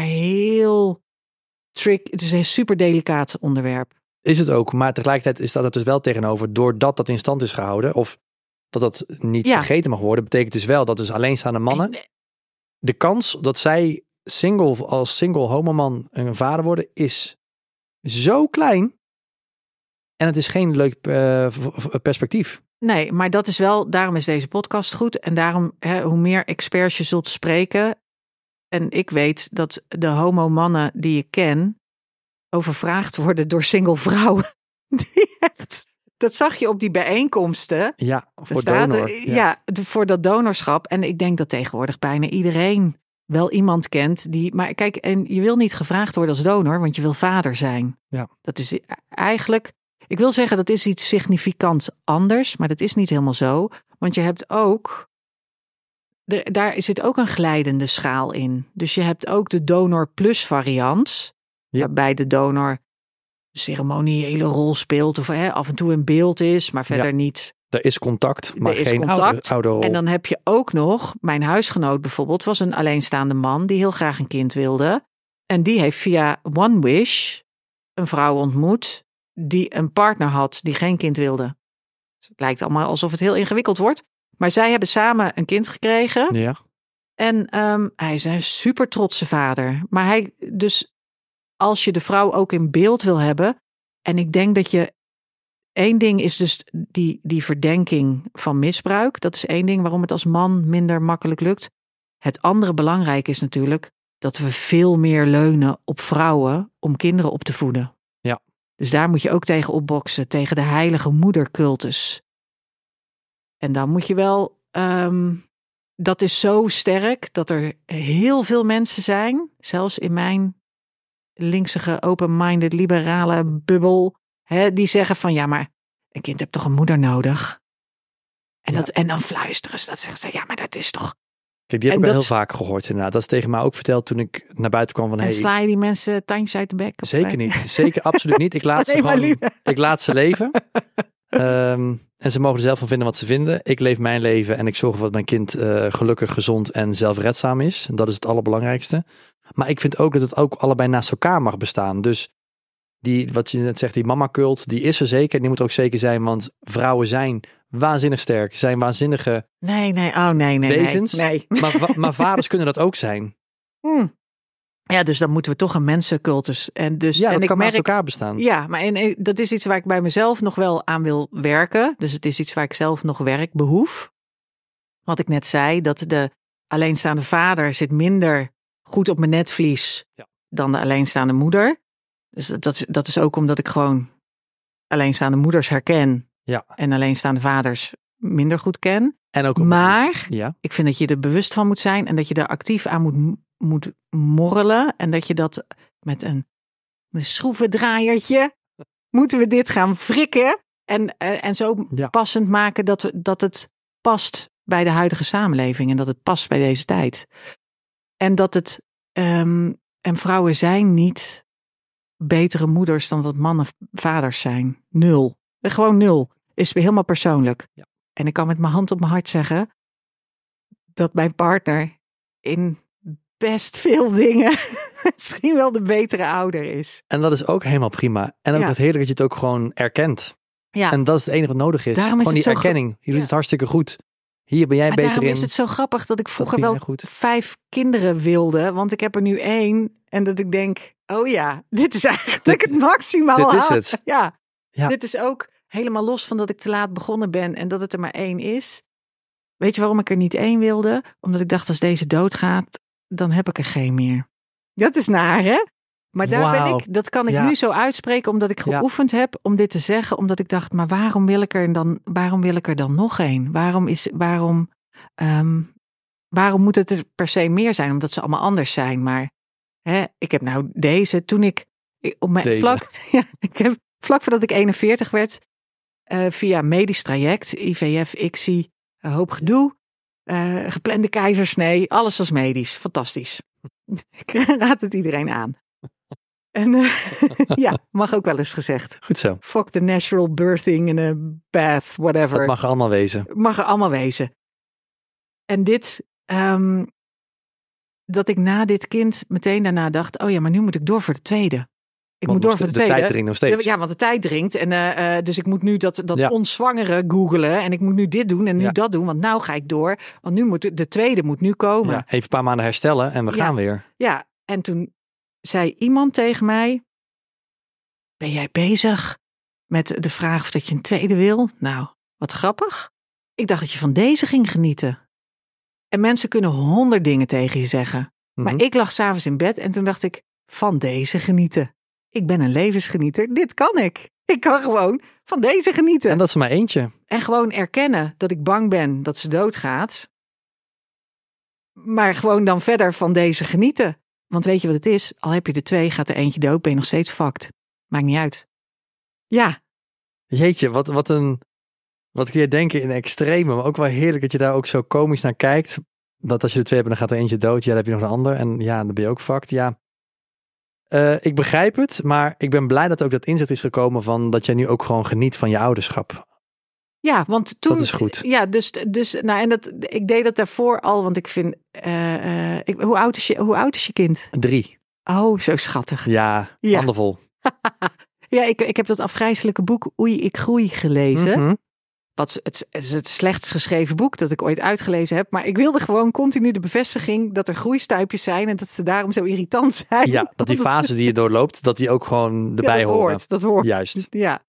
het is een super delicaat onderwerp. Is het ook, maar tegelijkertijd staat het dus wel tegenover, doordat dat in stand is gehouden, of dat niet vergeten mag worden, betekent dus wel dat dus alleenstaande mannen, de kans dat zij als single homoman een vader worden, is zo klein. En het is geen leuk perspectief. Nee, maar dat is daarom is deze podcast goed. En daarom, hoe meer experts je zult spreken. En ik weet dat de homo-mannen die ik ken overvraagd worden door single vrouwen. Dat zag je op die bijeenkomsten. Ja, voor donor. Voor dat donorschap. En ik denk dat tegenwoordig bijna iedereen wel iemand kent die. Maar kijk, en je wil niet gevraagd worden als donor, want je wil vader zijn. Ja. Dat is eigenlijk. Ik wil zeggen, dat is iets significant anders, maar dat is niet helemaal zo. Want je hebt ook. Daar zit ook een glijdende schaal in. Dus je hebt ook de donor plus variant. Ja. Waarbij de donor een ceremoniële rol speelt. Of af en toe in beeld is, maar verder niet. Er is contact, maar geen ouderrol. En dan heb je ook nog, mijn huisgenoot bijvoorbeeld, was een alleenstaande man die heel graag een kind wilde. En die heeft via One Wish een vrouw ontmoet die een partner had die geen kind wilde. Dus het lijkt allemaal alsof het heel ingewikkeld wordt. Maar zij hebben samen een kind gekregen. Ja. En hij is een super trotse vader. Maar als je de vrouw ook in beeld wil hebben. En ik denk dat één ding is dus die verdenking van misbruik. Dat is één ding waarom het als man minder makkelijk lukt. Het andere belangrijk is natuurlijk dat we veel meer leunen op vrouwen om kinderen op te voeden. Ja. Dus daar moet je ook tegen opboksen, tegen de heilige moedercultus. En dan moet je wel, dat is zo sterk dat er heel veel mensen zijn, zelfs in mijn linksige, open-minded, liberale bubbel, die zeggen van ja, maar een kind heeft toch een moeder nodig? En dan fluisteren ze, dat zeggen ze, ja, maar dat is toch. Kijk, die heb ik wel heel vaak gehoord inderdaad. Dat is tegen mij ook verteld toen ik naar buiten kwam van. En sla je die mensen tandjes uit de bek? Zeker niet. Zeker absoluut niet. Ik laat ze leven. En ze mogen er zelf van vinden wat ze vinden. Ik leef mijn leven en ik zorg ervoor dat mijn kind gelukkig, gezond en zelfredzaam is. Dat is het allerbelangrijkste. Maar ik vind ook dat het ook allebei naast elkaar mag bestaan. Dus wat je net zegt, die mama-cult, die is er zeker. En die moet ook zeker zijn, want vrouwen zijn waanzinnig sterk. Zijn waanzinnige wezens. Nee. Maar vaders kunnen dat ook zijn. Ja, dus dan moeten we toch een mensencultus. Dat kan naast elkaar bestaan. Ja, maar dat is iets waar ik bij mezelf nog wel aan wil werken. Dus het is iets waar ik zelf nog werk behoef. Wat ik net zei, dat de alleenstaande vader zit minder goed op mijn netvlies dan de alleenstaande moeder. Dus dat is ook omdat ik gewoon alleenstaande moeders herken. Ja. En alleenstaande vaders minder goed ken. En ook ik vind dat je er bewust van moet zijn en dat je er actief aan moet morrelen. En dat je dat met een schroevendraaiertje moeten we dit gaan wrikken. En zo passend maken dat het past bij de huidige samenleving. En dat het past bij deze tijd. En dat het en vrouwen zijn niet betere moeders dan dat mannen vaders zijn. 0. Gewoon 0. Is helemaal persoonlijk. Ja. En ik kan met mijn hand op mijn hart zeggen dat mijn partner in best veel dingen misschien wel de betere ouder is. En dat is ook helemaal prima. En ook het heerlijk dat je het ook gewoon erkent. Ja. En dat is het enige wat nodig is. Daarom gewoon is die erkenning. Je doet het hartstikke goed. Hier ben jij beter in. Daarom is het zo grappig dat ik vroeger wel 5 kinderen wilde. Want ik heb er nu 1. En dat ik denk, oh ja, dit is eigenlijk het maximaal. Dit is het. Ja. Dit is ook helemaal los van dat ik te laat begonnen ben. En dat het er maar 1 is. Weet je waarom ik er niet 1 wilde? Omdat ik dacht, als deze doodgaat, dan heb ik er geen meer. Dat is naar, hè? Maar daar dat kan ik nu zo uitspreken, omdat ik geoefend heb om dit te zeggen. Omdat ik dacht, maar waarom wil ik er dan nog 1? Waarom moet het er per se meer zijn? Omdat ze allemaal anders zijn. Maar ik heb nou deze, toen ik op mijn vlak voordat ik 41 werd, via medisch traject, IVF, ICSI, een hoop gedoe, geplande keizersnee, alles was medisch. Fantastisch. Ik raad het iedereen aan. En ja, mag ook wel eens gezegd. Goed zo. Fuck the natural birthing in a bath, whatever. Dat mag er allemaal wezen. Mag er allemaal wezen. En dit, dat ik na dit kind meteen daarna dacht, oh ja, maar nu moet ik door voor de tweede. Ik moet door voor de tweede. De tijd dringt nog steeds. Ja, want de tijd dringt. En dus ik moet nu dat onzwangere googelen. En ik moet nu dit doen en nu dat doen. Want nou ga ik door. Want nu moet de tweede moet nu komen. Ja, even een paar maanden herstellen en we gaan weer. Ja, en toen zei iemand tegen mij, ben jij bezig met de vraag of dat je een tweede wil? Nou, wat grappig. Ik dacht dat je van deze ging genieten. En mensen kunnen 100 dingen tegen je zeggen. Maar ik lag 's avonds in bed en toen dacht ik, van deze genieten. Ik ben een levensgenieter, dit kan ik. Ik kan gewoon van deze genieten. En dat is er maar eentje. En gewoon erkennen dat ik bang ben dat ze doodgaat. Maar gewoon dan verder van deze genieten. Want weet je wat het is? Al heb je er 2, gaat er eentje dood, ben je nog steeds fucked. Maakt niet uit. Ja. Jeetje, wat kun je denken in extreme. Maar ook wel heerlijk dat je daar ook zo komisch naar kijkt. Dat als je er 2 hebt, dan gaat er eentje dood. Ja, dan heb je nog een ander. En ja, dan ben je ook fucked. Ja. Ik begrijp het, maar ik ben blij dat ook dat inzicht is gekomen van dat jij nu ook gewoon geniet van je ouderschap. Ja, want toen. Dat is goed. Ja, dus nou, en ik deed dat daarvoor al, want ik vind. Hoe oud is je kind? 3. Oh, zo schattig. Ja, handenvol. Ja, ik heb dat afgrijzelijke boek Oei, ik groei gelezen. Mm-hmm. Het is het slechtst geschreven boek dat ik ooit uitgelezen heb. Maar ik wilde gewoon continu de bevestiging dat er groeistuipjes zijn en dat ze daarom zo irritant zijn. Ja, dat die fase die je doorloopt, dat die ook gewoon erbij horen. Dat hoort. Juist. Ja.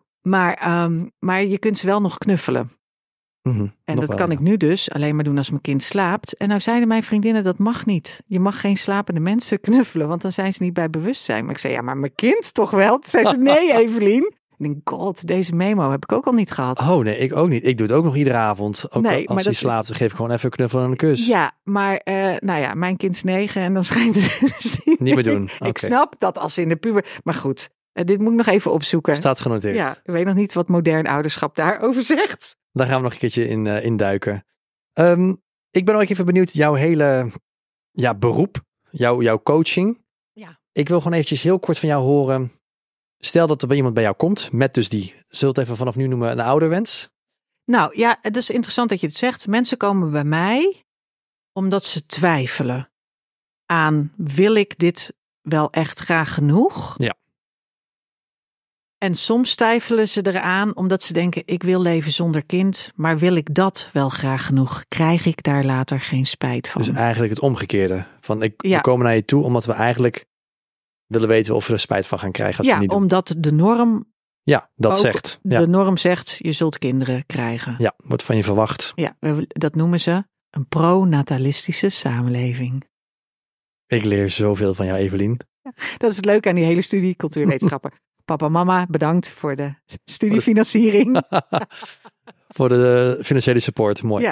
Maar je kunt ze wel nog knuffelen. Mm-hmm. En dat kan ik nu dus alleen maar doen als mijn kind slaapt. En nou zeiden mijn vriendinnen, dat mag niet. Je mag geen slapende mensen knuffelen, want dan zijn ze niet bij bewustzijn. Maar ik zei, ja, maar mijn kind toch wel? Toen zei ze, nee, Evelien. Ik denk, god, deze memo heb ik ook al niet gehad. Oh nee, ik ook niet. Ik doe het ook nog iedere avond. Ook nee, als hij slaapt, dan geef ik gewoon even een knuffel en een kus. Ja, maar nou ja, mijn kind is 9 en dan schijnt het niet meer doen. Ik snap dat als ze in de puber... Maar goed, dit moet ik nog even opzoeken. Staat genoteerd. Ja, ik weet nog niet wat modern ouderschap daarover zegt. Daar gaan we nog een keertje in duiken. Ik ben ook even benieuwd, jouw hele beroep, jouw coaching. Ja. Ik wil gewoon eventjes heel kort van jou horen. Stel dat er iemand bij jou komt met dus zult even vanaf nu noemen, een ouderwens. Nou ja, het is interessant dat je het zegt. Mensen komen bij mij omdat ze twijfelen aan, wil ik dit wel echt graag genoeg? Ja. En soms twijfelen ze eraan omdat ze denken, ik wil leven zonder kind, maar wil ik dat wel graag genoeg? Krijg ik daar later geen spijt van? Dus eigenlijk het omgekeerde. We komen naar je toe omdat we eigenlijk willen weten of we er spijt van gaan krijgen als we het niet doen. Omdat de norm zegt. Ja. De norm zegt, je zult kinderen krijgen. Ja, wordt van je verwacht. Ja, dat noemen ze een pronatalistische samenleving. Ik leer zoveel van jou, Evelien. Dat is het leuke aan die hele studie cultuurwetenschappen. Papa, mama, bedankt voor de studiefinanciering. Voor de financiële support, mooi.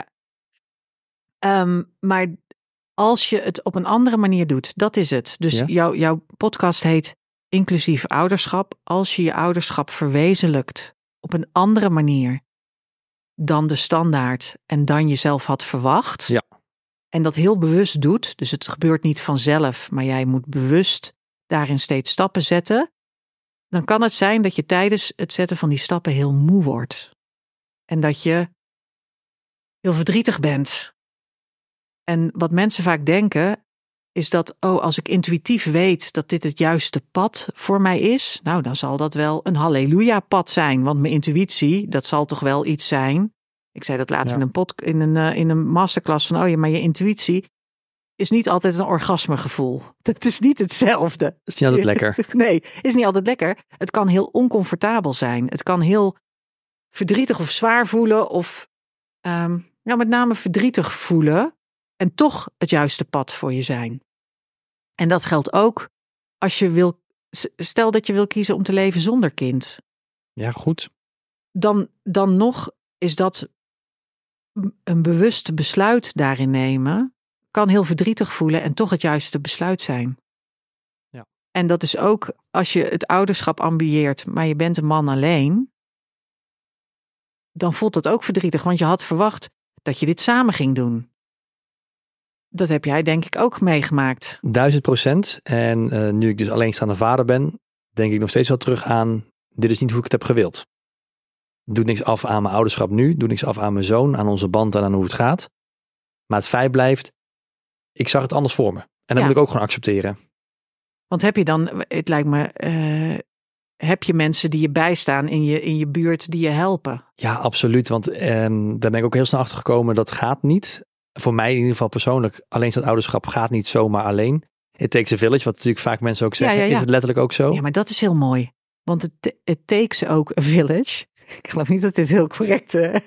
Ja. Maar als je het op een andere manier doet, dat is het. Dus jouw podcast heet Inclusief Ouderschap. Als je je ouderschap verwezenlijkt op een andere manier dan de standaard en dan jezelf had verwacht. Ja. En dat heel bewust doet, dus het gebeurt niet vanzelf, maar jij moet bewust daarin steeds stappen zetten. Dan kan het zijn dat je tijdens het zetten van die stappen heel moe wordt. En dat je heel verdrietig bent. En wat mensen vaak denken is dat, als ik intuïtief weet dat dit het juiste pad voor mij is, nou dan zal dat wel een halleluja pad zijn. Want mijn intuïtie, dat zal toch wel iets zijn. Ik zei dat laatst in een masterclass van, maar je intuïtie is niet altijd een orgasmegevoel. Het is niet hetzelfde. Het is niet altijd lekker. Nee, is niet altijd lekker. Het kan heel oncomfortabel zijn. Het kan heel verdrietig of zwaar voelen of met name verdrietig voelen en toch het juiste pad voor je zijn. En dat geldt ook als je stel dat je wil kiezen om te leven zonder kind. Ja, goed. Dan nog is dat een bewust besluit daarin nemen, kan heel verdrietig voelen en toch het juiste besluit zijn. Ja. En dat is ook als je het ouderschap ambieert, maar je bent een man alleen, dan voelt dat ook verdrietig. Want je had verwacht dat je dit samen ging doen. Dat heb jij denk ik ook meegemaakt. 1000%. En nu ik dus alleenstaande vader ben, denk ik nog steeds wel terug aan, dit is niet hoe ik het heb gewild. Doet niks af aan mijn ouderschap nu, doet niks af aan mijn zoon, aan onze band en aan hoe het gaat. Maar het feit blijft, ik zag het anders voor me. En dat moet ik ook gewoon accepteren. Want heb je dan, het lijkt me, heb je mensen die je bijstaan in je buurt die je helpen? Ja, absoluut. Want daar ben ik ook heel snel achter gekomen, dat gaat niet. Voor mij in ieder geval persoonlijk, alleenstaand ouderschap gaat niet zomaar alleen. It takes a village, wat natuurlijk vaak mensen ook zeggen. Is het letterlijk ook zo? Ja, maar dat is heel mooi. Want it takes ook a village. Ik geloof niet dat dit heel correct is.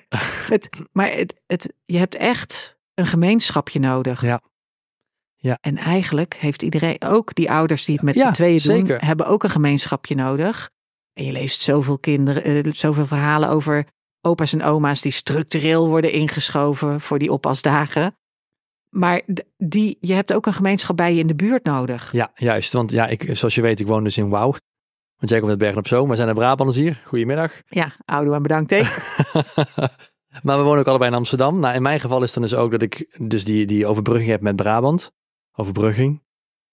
Je hebt echt een gemeenschapje nodig. Ja. En eigenlijk heeft iedereen, ook die ouders die het met z'n tweeën doen, hebben ook een gemeenschapje nodig. En je leest zoveel zoveel verhalen over opa's en oma's die structureel worden ingeschoven voor die oppasdagen. Maar je hebt ook een gemeenschap bij je in de buurt nodig. Ja, juist. Want zoals je weet, ik woon dus in Wouw. Want jij komt uit Bergen op Zoom. Maar zijn er Brabanders hier? Goedemiddag. Ja, oudoe en bedankt. Maar we wonen ook allebei in Amsterdam. Nou, in mijn geval is het dan dus ook dat ik dus die overbrugging heb met Brabant. Overbrugging.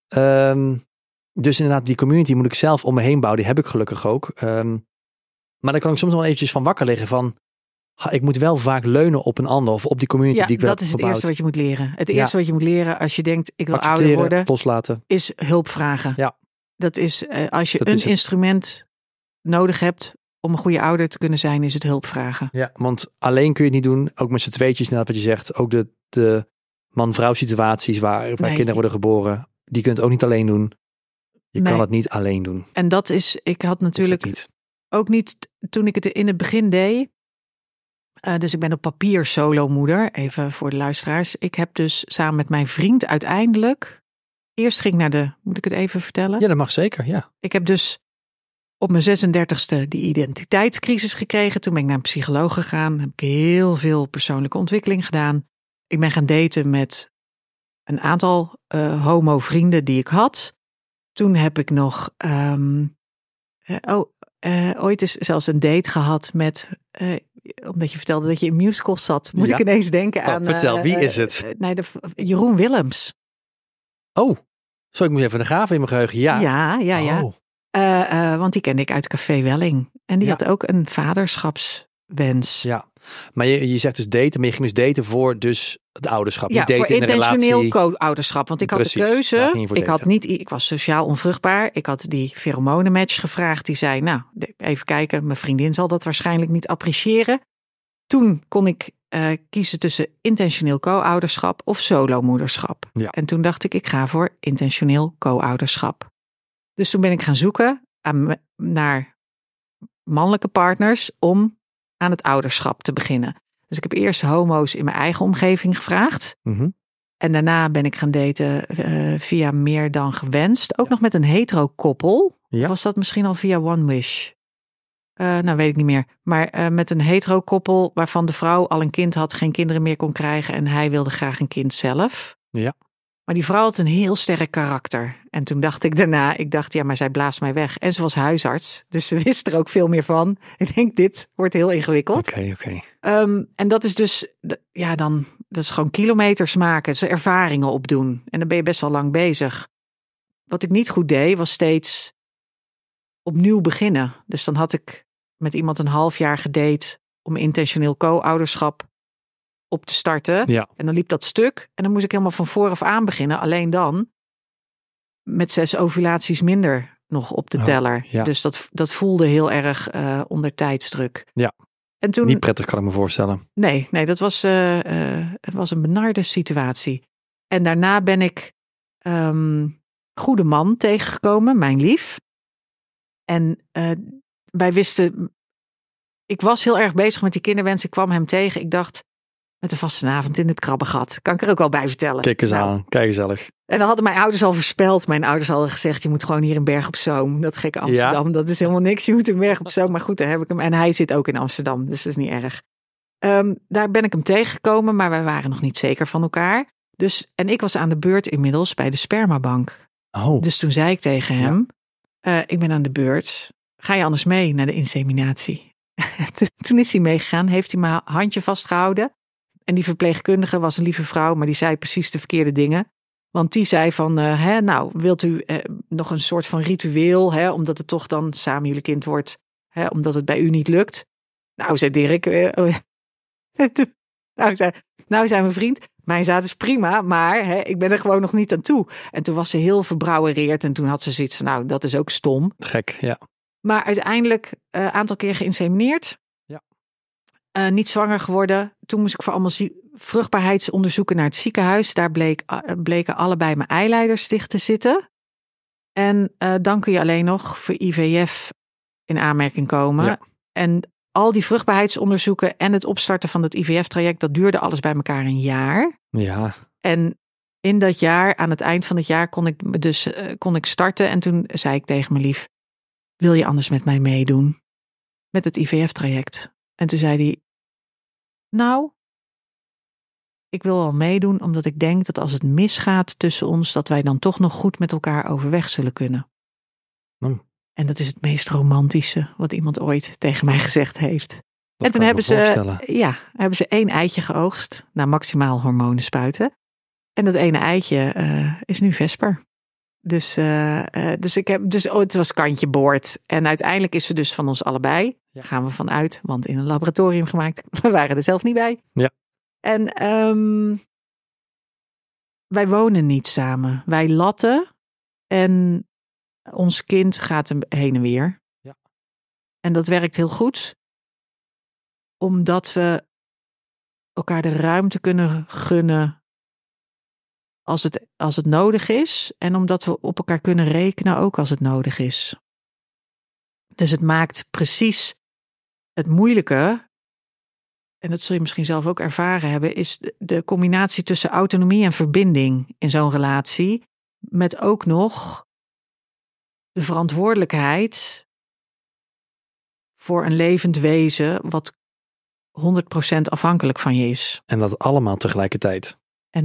Dus inderdaad, die community moet ik zelf om me heen bouwen. Die heb ik gelukkig ook. Maar daar kan ik soms wel eventjes van wakker liggen van, ik moet wel vaak leunen op een ander of op die community die ik wel dat is het eerste wat je moet leren. Het eerste wat je moet leren als je denkt, ik wil ouder worden, loslaten, is hulp vragen. Ja. Dat is, als je een instrument nodig hebt om een goede ouder te kunnen zijn, is het hulp vragen. Ja, want alleen kun je het niet doen. Ook met z'n tweetjes, inderdaad wat je zegt. Ook de man-vrouw situaties waar kinderen worden geboren, die kun je het ook niet alleen doen. Je kan het niet alleen doen. En dat is, ik had natuurlijk ook niet, toen ik het in het begin deed, dus ik ben op papier solomoeder, even voor de luisteraars. Ik heb dus samen met mijn vriend uiteindelijk, eerst ging ik naar moet ik het even vertellen? Ja, dat mag zeker, ja. Ik heb dus op mijn 36e die identiteitscrisis gekregen. Toen ben ik naar een psycholoog gegaan. Heb ik heel veel persoonlijke ontwikkeling gedaan. Ik ben gaan daten met een aantal homo vrienden die ik had. Toen heb ik nog ooit eens zelfs een date gehad met, omdat je vertelde dat je in musicals zat, moet ik ineens denken aan. Vertel, wie is het? Jeroen Willems. Oh, zo, ik moet even de graven in mijn geheugen. Ja. Oh. Want die kende ik uit Café Welling. En die had ook een vaderschapswens. Ja. Maar je zegt dus daten, maar je ging dus daten voor dus het ouderschap. Ja, voor intentioneel co-ouderschap. Want ik had de keuze. Ik was sociaal onvruchtbaar. Ik had die pheromonenmatch gevraagd. Die zei, nou, even kijken. Mijn vriendin zal dat waarschijnlijk niet appreciëren. Toen kon ik kiezen tussen intentioneel co-ouderschap of solomoederschap. Ja. En toen dacht ik ga voor intentioneel co-ouderschap. Dus toen ben ik gaan zoeken naar mannelijke partners om aan het ouderschap te beginnen. Dus ik heb eerst homo's in mijn eigen omgeving gevraagd. Mm-hmm. En daarna ben ik gaan daten via Meer dan Gewenst. Ook nog met een hetero koppel. Ja. Was dat misschien al via One Wish? Nou, weet ik niet meer. Maar met een hetero koppel waarvan de vrouw al een kind had, geen kinderen meer kon krijgen. En hij wilde graag een kind zelf. Ja. Maar die vrouw had een heel sterk karakter. En toen dacht ik daarna, maar zij blaast mij weg. En ze was huisarts, dus ze wist er ook veel meer van. Ik denk, dit wordt heel ingewikkeld. Oké. En dat is dus, dat is gewoon kilometers maken. Dus ervaringen opdoen. En dan ben je best wel lang bezig. Wat ik niet goed deed, was steeds opnieuw beginnen. Dus dan had ik met iemand een half jaar gedate om intentioneel co-ouderschap op te starten. Ja. En dan liep dat stuk. En dan moest ik helemaal van vooraf aan beginnen. Alleen dan met 6 ovulaties minder nog op de teller. Ja. Dus dat voelde heel erg onder tijdsdruk. Ja. En toen, niet prettig, kan ik me voorstellen. Nee, dat was, het was een benarde situatie. En daarna ben ik goede man tegengekomen, mijn lief. En wij wisten, ik was heel erg bezig met die kinderwens. Ik kwam hem tegen. Ik dacht, met een vastenavond in het krabbengat. Kan ik er ook wel bij vertellen. Kijk eens aan, kijk gezellig. En dan hadden mijn ouders al voorspeld. Mijn ouders hadden gezegd, je moet gewoon hier in Bergen op Zoom. Dat gekke Amsterdam, ja. Dat is helemaal niks. Je moet in Bergen op Zoom. Maar goed, daar heb ik hem. En hij zit ook in Amsterdam, dus dat is niet erg. Daar ben ik hem tegengekomen, maar wij waren nog niet zeker van elkaar. Dus, en ik was aan de beurt inmiddels bij de spermabank. Oh. Dus toen zei ik tegen hem, ik ben aan de beurt. Ga je anders mee naar de inseminatie? toen is hij meegegaan, heeft hij mijn handje vastgehouden. En die verpleegkundige was een lieve vrouw, maar die zei precies de verkeerde dingen. Want die zei van, wilt u nog een soort van ritueel, omdat het toch dan samen jullie kind wordt, omdat het bij u niet lukt. Nou, zei Dirk, nou zei mijn vriend, mijn zaad is prima, maar ik ben er gewoon nog niet aan toe. En toen was ze heel verbrouwereerd en toen had ze zoiets van, nou, dat is ook stom. Gek, ja. Maar uiteindelijk een aantal keer geïnsemineerd. Ja. Niet zwanger geworden. Toen moest ik voor allemaal vruchtbaarheidsonderzoeken naar het ziekenhuis. Daar bleken allebei mijn eileiders dicht te zitten. En dan kun je alleen nog voor IVF in aanmerking komen. Ja. En al die vruchtbaarheidsonderzoeken en het opstarten van het IVF-traject, dat duurde alles bij elkaar een jaar. Ja. En in dat jaar, aan het eind van het jaar, kon ik starten. En toen zei ik tegen mijn lief, wil je anders met mij meedoen? Met het IVF-traject. En toen zei hij, nou, ik wil wel meedoen, omdat ik denk dat als het misgaat tussen ons, dat wij dan toch nog goed met elkaar overweg zullen kunnen. En dat is het meest romantische wat iemand ooit tegen mij gezegd heeft. En toen hebben ze 1 eitje geoogst. Nou, maximaal hormonen spuiten. En dat ene eitje is nu Vesper. Dus het was kantje boord. En uiteindelijk is ze dus van ons allebei. Ja. Daar gaan we vanuit, want in een laboratorium gemaakt. We waren er zelf niet bij. Ja. En wij wonen niet samen. Wij latten en ons kind gaat heen en weer. Ja. En dat werkt heel goed. Omdat we elkaar de ruimte kunnen gunnen als het nodig is. En omdat we op elkaar kunnen rekenen ook als het nodig is. Dus het maakt precies het moeilijke, en dat zul je misschien zelf ook ervaren hebben, is de combinatie tussen autonomie en verbinding in zo'n relatie. Met ook nog de verantwoordelijkheid voor een levend wezen wat 100% afhankelijk van je is. En dat allemaal tegelijkertijd. En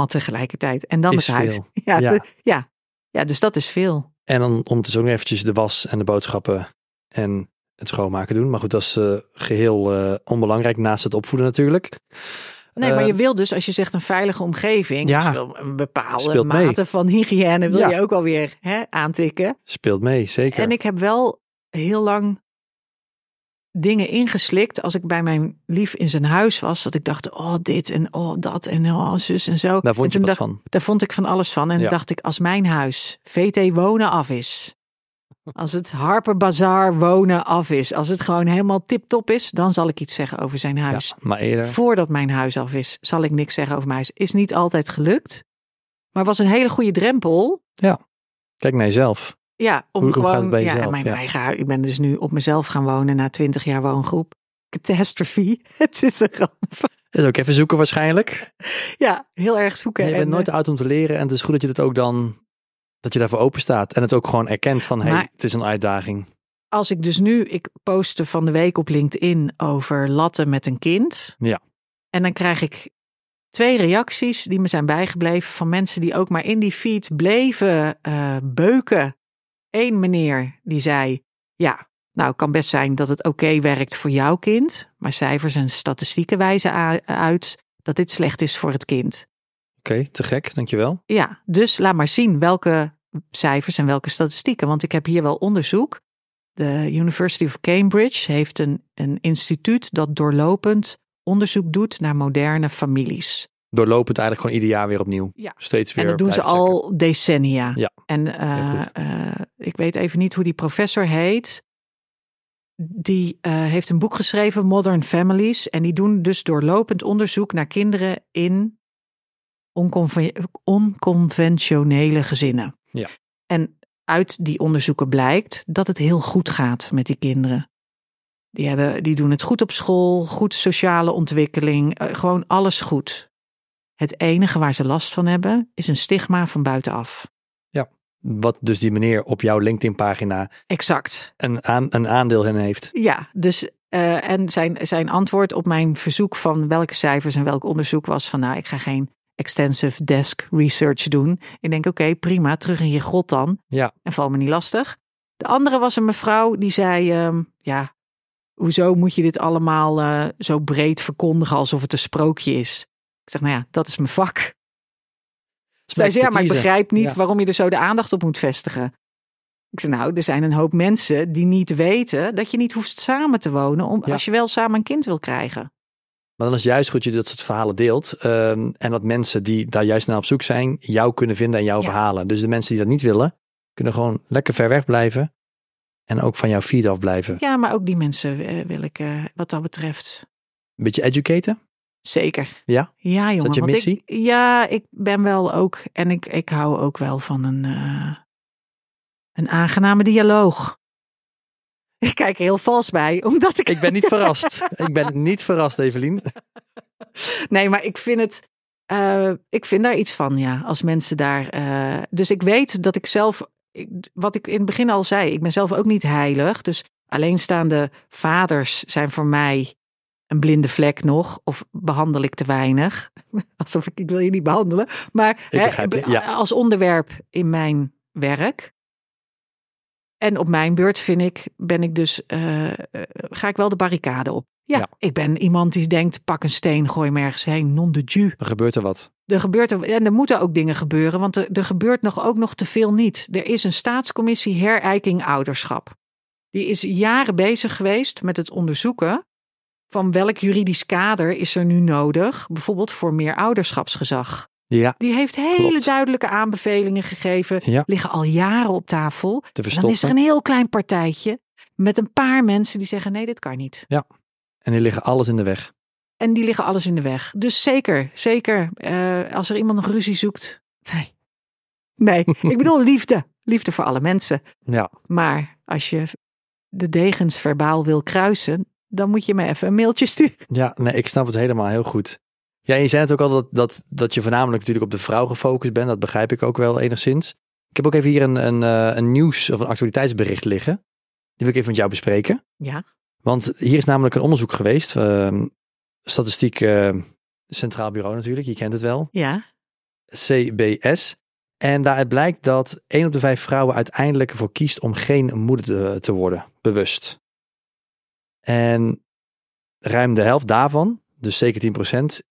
dan is het huis. Veel. Ja, dus dat is veel. En dan ondertussen ook nog eventjes de was en de boodschappen en het schoonmaken doen. Maar goed, dat is geheel onbelangrijk naast het opvoeden natuurlijk. Nee, maar je wil dus, als je zegt een veilige omgeving, dus een bepaalde mate van hygiëne wil je ook alweer aantikken. Speelt mee, zeker. En ik heb wel heel lang dingen ingeslikt als ik bij mijn lief in zijn huis was, dat ik dacht, oh dit en oh dat en oh zus en zo. Daar vond je wat van? Daar vond ik van alles van. En dan dacht ik, als mijn huis VT wonen af is, als het Harper Bazaar wonen af is, als het gewoon helemaal tip-top is, dan zal ik iets zeggen over zijn huis. Ja, maar eerder. Voordat mijn huis af is, zal ik niks zeggen over mijn huis. Is niet altijd gelukt, maar was een hele goede drempel. Ja, kijk naar jezelf. Ja, om hoe gewoon, gaat het bij jezelf? Mijn eigen huis. Ik ben dus nu op mezelf gaan wonen na 20 jaar woongroep. Catastrophe. Het is een ramp. Het is ook even zoeken waarschijnlijk. Ja, heel erg zoeken. Je bent nooit oud om te leren en het is goed dat je dat ook dan, dat je daarvoor open staat en het ook gewoon erkent van, het is een uitdaging. Als ik dus ik postte van de week op LinkedIn over latten met een kind. Ja. En dan krijg ik 2 reacties die me zijn bijgebleven van mensen die ook maar in die feed bleven beuken. 1 meneer die zei, ja, nou kan best zijn dat het oké werkt voor jouw kind, maar cijfers en statistieken wijzen uit dat dit slecht is voor het kind. Oké, te gek, dankjewel. Ja, dus laat maar zien welke cijfers en welke statistieken, want ik heb hier wel onderzoek. De University of Cambridge heeft een instituut dat doorlopend onderzoek doet naar moderne families. Doorlopend eigenlijk gewoon ieder jaar weer opnieuw. Ja. Steeds weer. En dat doen ze al decennia. Ja. En ik weet even niet hoe die professor heet. Die heeft een boek geschreven, Modern Families. En die doen dus doorlopend onderzoek naar kinderen in onconventionele gezinnen. Ja. En uit die onderzoeken blijkt dat het heel goed gaat met die kinderen. Die doen het goed op school, goed sociale ontwikkeling, gewoon alles goed. Het enige waar ze last van hebben is een stigma van buitenaf. Ja, wat dus die meneer op jouw LinkedIn-pagina exact een aandeel in heeft. Ja, dus en zijn antwoord op mijn verzoek van welke cijfers en welk onderzoek was van, nou, ik ga geen extensive desk research doen. Ik denk, oké, prima, terug in je grot dan. Ja. En val me niet lastig. De andere was een mevrouw die zei, hoezo moet je dit allemaal zo breed verkondigen alsof het een sprookje is? Ik zeg, nou ja, dat is mijn vak. Zij zei, ja, maar ik begrijp niet waarom je er zo de aandacht op moet vestigen. Ik zei, nou, er zijn een hoop mensen die niet weten dat je niet hoeft samen te wonen als je wel samen een kind wil krijgen. Maar dan is het juist goed dat je dat soort verhalen deelt. En dat mensen die daar juist naar op zoek zijn, jou kunnen vinden en jouw verhalen. Dus de mensen die dat niet willen, kunnen gewoon lekker ver weg blijven. En ook van jouw feed af blijven. Ja, maar ook die mensen wil ik wat dat betreft. Een beetje educaten? Zeker. Ja? Ja, jongen. Is dat je missie? Ik ben wel ook, en ik hou ook wel van een aangename dialoog. Ik kijk er heel vals bij, omdat ik... Ik ben niet verrast. Ik ben niet verrast, Evelien. Nee, maar ik vind ik vind daar iets van, ja. Als mensen daar... dus ik weet dat ik zelf... wat ik in het begin al zei, ik ben zelf ook niet heilig. Dus alleenstaande vaders zijn voor mij een blinde vlek nog. Of behandel ik te weinig. Alsof ik wil je niet behandelen. Maar als onderwerp in mijn werk... En op mijn beurt ga ik wel de barricade op. Ja, ik ben iemand die denkt, pak een steen, gooi hem ergens heen, non de jus. Dan gebeurt er wat. En er moeten ook dingen gebeuren, want er gebeurt ook nog te veel niet. Er is een staatscommissie herijking ouderschap. Die is jaren bezig geweest met het onderzoeken van welk juridisch kader is er nu nodig, bijvoorbeeld voor meer ouderschapsgezag. Ja, die heeft hele duidelijke aanbevelingen gegeven. Liggen al jaren op tafel. Dan is er een heel klein partijtje met een paar mensen die zeggen nee, dit kan niet. Ja, en die liggen alles in de weg. Dus zeker. Als er iemand nog ruzie zoekt. Nee, ik bedoel liefde. Liefde voor alle mensen. Ja. Maar als je de degens verbaal wil kruisen, dan moet je me even een mailtje sturen. Ja, nee, ik snap het helemaal heel goed. Ja, je zei het ook al dat je voornamelijk natuurlijk op de vrouw gefocust bent. Dat begrijp ik ook wel enigszins. Ik heb ook even hier een nieuws- of een actualiteitsbericht liggen. Die wil ik even met jou bespreken. Ja. Want hier is namelijk een onderzoek geweest. Statistiek Centraal Bureau natuurlijk, je kent het wel. Ja. CBS. En daaruit blijkt dat 1 op de 5 vrouwen uiteindelijk ervoor kiest om geen moeder te worden. Bewust. En ruim de helft daarvan, dus zeker 10%...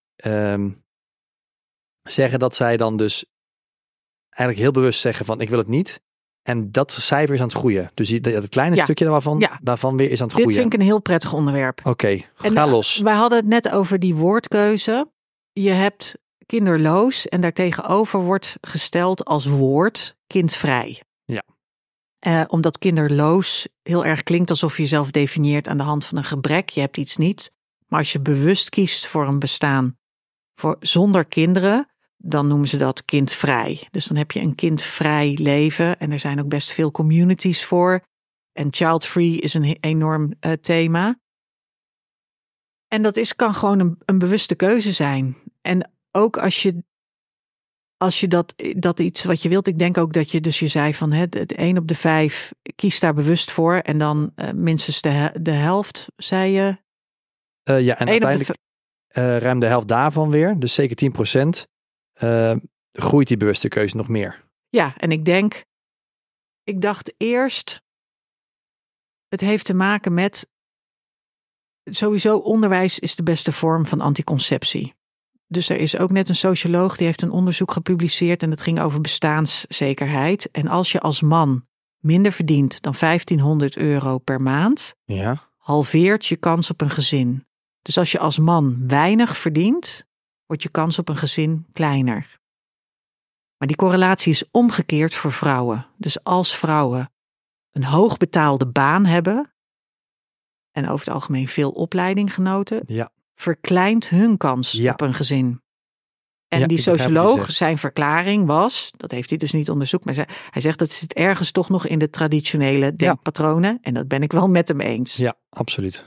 zeggen dat zij dan dus eigenlijk heel bewust zeggen van ik wil het niet. En dat cijfer is aan het groeien. Dus dat kleine stukje daarvan weer is aan het groeien. Dit vind ik een heel prettig onderwerp. Oké, ga los. Wij hadden het net over die woordkeuze. Je hebt kinderloos en daartegenover wordt gesteld als woord kindvrij. Ja. Omdat kinderloos heel erg klinkt alsof je jezelf definieert aan de hand van een gebrek. Je hebt iets niet. Maar als je bewust kiest voor een bestaan zonder kinderen, dan noemen ze dat kindvrij. Dus dan heb je een kindvrij leven. En er zijn ook best veel communities voor. En child-free is een enorm thema. En dat kan gewoon een bewuste keuze zijn. En ook als je dat iets wat je wilt. Ik denk ook dat je zei van het 1 op de 5 kiest daar bewust voor. En dan minstens de helft, zei je. Ja, en uiteindelijk ruim de helft daarvan weer, dus zeker 10%, groeit die bewuste keuze nog meer. Ja, en ik dacht eerst, het heeft te maken met, sowieso onderwijs is de beste vorm van anticonceptie. Dus er is ook net een socioloog die heeft een onderzoek gepubliceerd en het ging over bestaanszekerheid. En als je als man minder verdient dan €1500 per maand, halveert je kans op een gezin. Dus als je als man weinig verdient, wordt je kans op een gezin kleiner. Maar die correlatie is omgekeerd voor vrouwen. Dus als vrouwen een hoogbetaalde baan hebben en over het algemeen veel opleiding genoten, verkleint hun kans op een gezin. En die socioloog, zijn verklaring was, dat heeft hij dus niet onderzocht, maar hij zegt dat zit ergens toch nog in de traditionele denkpatronen. En dat ben ik wel met hem eens. Ja, absoluut.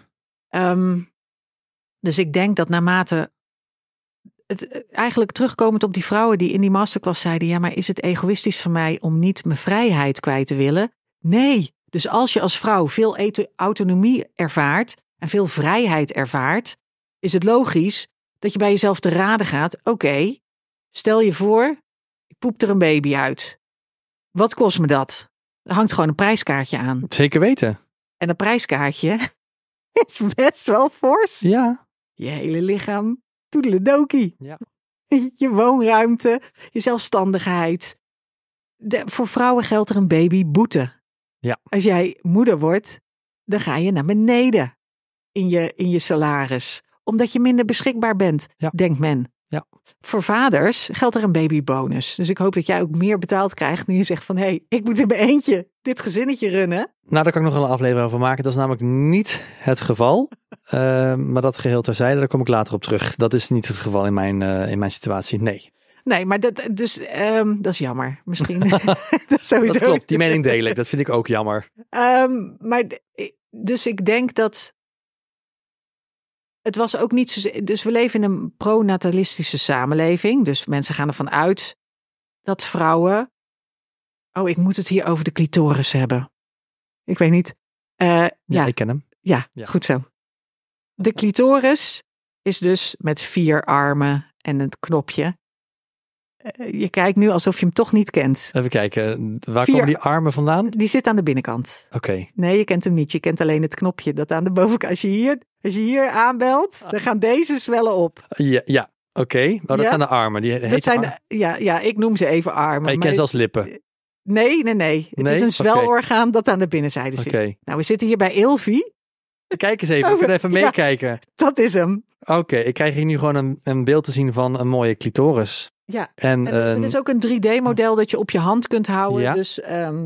Dus ik denk dat naarmate het eigenlijk terugkomend op die vrouwen die in die masterclass zeiden, ja, maar is het egoïstisch van mij om niet mijn vrijheid kwijt te willen? Nee. Dus als je als vrouw veel autonomie ervaart en veel vrijheid ervaart, is het logisch dat je bij jezelf te raden gaat. Oké, stel je voor, ik poep er een baby uit. Wat kost me dat? Er hangt gewoon een prijskaartje aan. Zeker weten. En dat prijskaartje, is best wel fors. Ja. Je hele lichaam, toedeledokie. Ja. Je woonruimte, je zelfstandigheid. Voor vrouwen geldt er een babyboete. Ja. Als jij moeder wordt, dan ga je naar beneden in je salaris. Omdat je minder beschikbaar bent, denkt men. Ja. Voor vaders geldt er een babybonus. Dus ik hoop dat jij ook meer betaald krijgt nu je zegt van... hé, ik moet in mijn eentje dit gezinnetje runnen. Nou, daar kan ik nog wel een aflevering over maken. Dat is namelijk niet het geval. Maar dat geheel terzijde, daar kom ik later op terug. Dat is niet het geval in mijn situatie, nee. Nee, maar dat is jammer. Misschien. dat sowieso. Dat klopt, die mening deel ik. Dat vind ik ook jammer. Dus ik denk dat... Het was ook niet zo... Dus we leven in een pronatalistische samenleving. Dus mensen gaan ervan uit dat vrouwen... Oh, ik moet het hier over de clitoris hebben. Ik weet niet. Ja, ik ken hem. Ja, goed zo. De clitoris is dus met 4 armen en een knopje. Je kijkt nu alsof je hem toch niet kent. Even kijken, waar komen die armen vandaan? Die zit aan de binnenkant. Oké. Nee, je kent hem niet. Je kent alleen het knopje dat aan de bovenkant. Als je hier aanbelt, dan gaan deze zwellen op. Ja. Oké. Oh, dat zijn de armen. Ik noem ze even armen. Ik ken zelfs lippen. Nee. Het is een zwelorgaan dat aan de binnenzijde zit. Nou, we zitten hier bij Ilvi. Kijk eens even, we kunnen even meekijken. Ja, dat is hem. Oké, ik krijg hier nu gewoon een beeld te zien van een mooie clitoris. Ja, en er is ook een 3D-model dat je op je hand kunt houden. Ja. Dus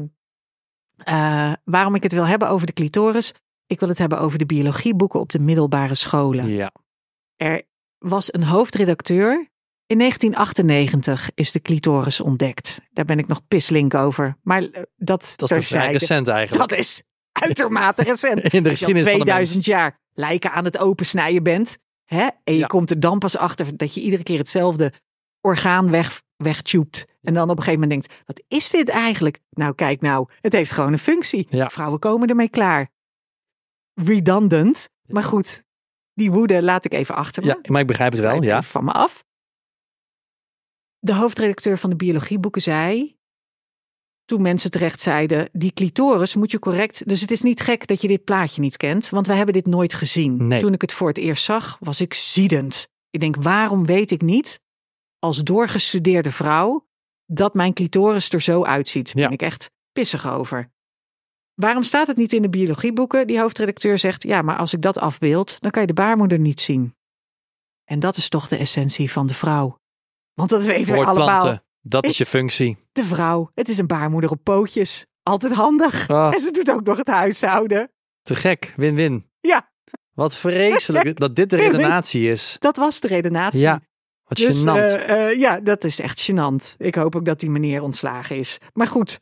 waarom ik het wil hebben over de clitoris... Ik wil het hebben over de biologieboeken op de middelbare scholen. Ja. Er was een hoofdredacteur. In 1998 is de clitoris ontdekt. Daar ben ik nog pislink over. Maar dat is toch vrij recent eigenlijk. Dat is uitermate recent. In de geschiedenis van 2000 jaar lijken aan het opensnijden bent. Hè? En je komt er dan pas achter dat je iedere keer hetzelfde orgaan wegtubt. En dan op een gegeven moment denkt, wat is dit eigenlijk? Nou, kijk nou, het heeft gewoon een functie. Ja. Vrouwen komen ermee klaar. Redundant. Maar goed, die woede laat ik even achter me. Ja, maar ik begrijp het wel, ja. Van me af. De hoofdredacteur van de biologieboeken zei... Toen mensen terecht zeiden, die clitoris moet je correct... Dus het is niet gek dat je dit plaatje niet kent. Want we hebben dit nooit gezien. Nee. Toen ik het voor het eerst zag, was ik ziedend. Ik denk, waarom weet ik niet... als doorgestudeerde vrouw... dat mijn clitoris er zo uitziet? Daar ben ik echt pissig over. Waarom staat het niet in de biologieboeken? Die hoofdredacteur zegt, ja, maar als ik dat afbeeld... dan kan je de baarmoeder niet zien. En dat is toch de essentie van de vrouw. Want dat weten we allemaal. Dat is je functie. De vrouw. Het is een baarmoeder op pootjes. Altijd handig. Oh. En ze doet ook nog het huishouden. Te gek. Win-win. Ja. Wat vreselijk dat dit de redenatie is. Dat was de redenatie. Ja. Wat dus, gênant. Ja, dat is echt gênant. Ik hoop ook dat die meneer ontslagen is. Maar goed.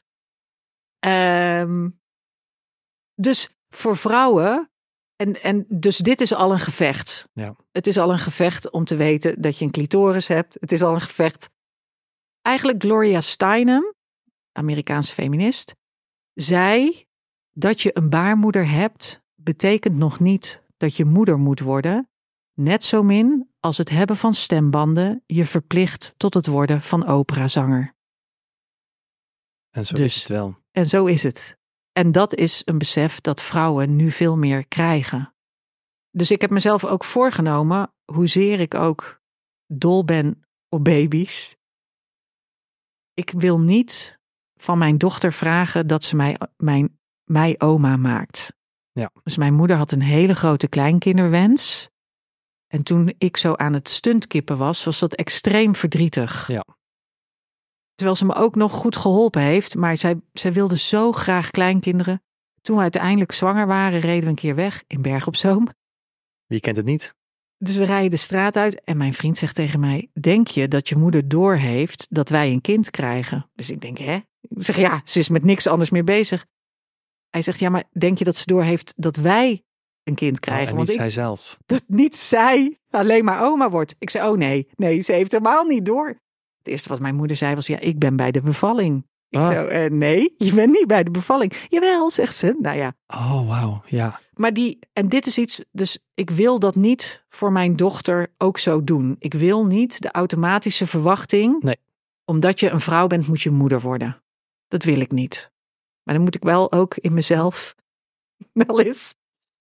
Dus voor vrouwen... En dus dit is al een gevecht. Ja. Het is al een gevecht om te weten dat je een clitoris hebt. Het is al een gevecht. Eigenlijk Gloria Steinem, Amerikaanse feminist, zei dat je een baarmoeder hebt, betekent nog niet dat je moeder moet worden. Net zo min als het hebben van stembanden je verplicht tot het worden van operazanger. En zo is het wel. En zo is het. En dat is een besef dat vrouwen nu veel meer krijgen. Dus ik heb mezelf ook voorgenomen, hoezeer ik ook dol ben op baby's. Ik wil niet van mijn dochter vragen dat ze mij oma maakt. Ja. Dus mijn moeder had een hele grote kleinkindernwens. En toen ik zo aan het stuntkippen was dat extreem verdrietig. Ja. Terwijl ze me ook nog goed geholpen heeft. Maar zij wilde zo graag kleinkinderen. Toen we uiteindelijk zwanger waren, reden we een keer weg in Berg op Zoom. Wie kent het niet? Dus we rijden de straat uit en mijn vriend zegt tegen mij... Denk je dat je moeder doorheeft dat wij een kind krijgen? Dus ik denk, hè? Ik zeg, ja, ze is met niks anders meer bezig. Hij zegt, ja, maar denk je dat ze doorheeft dat wij een kind krijgen? En niet zij zelf. Dat niet zij alleen maar oma wordt. Ik zei, oh nee, ze heeft helemaal niet door. Het eerste wat mijn moeder zei was, ja, ik ben bij de bevalling. Ik zei, nee, je bent niet bij de bevalling. Jawel, zegt ze. Nou ja. Oh, wauw, ja. Maar dit is iets, dus ik wil dat niet voor mijn dochter ook zo doen. Ik wil niet de automatische verwachting. Nee. Omdat je een vrouw bent, moet je moeder worden. Dat wil ik niet. Maar dan moet ik wel ook in mezelf wel eens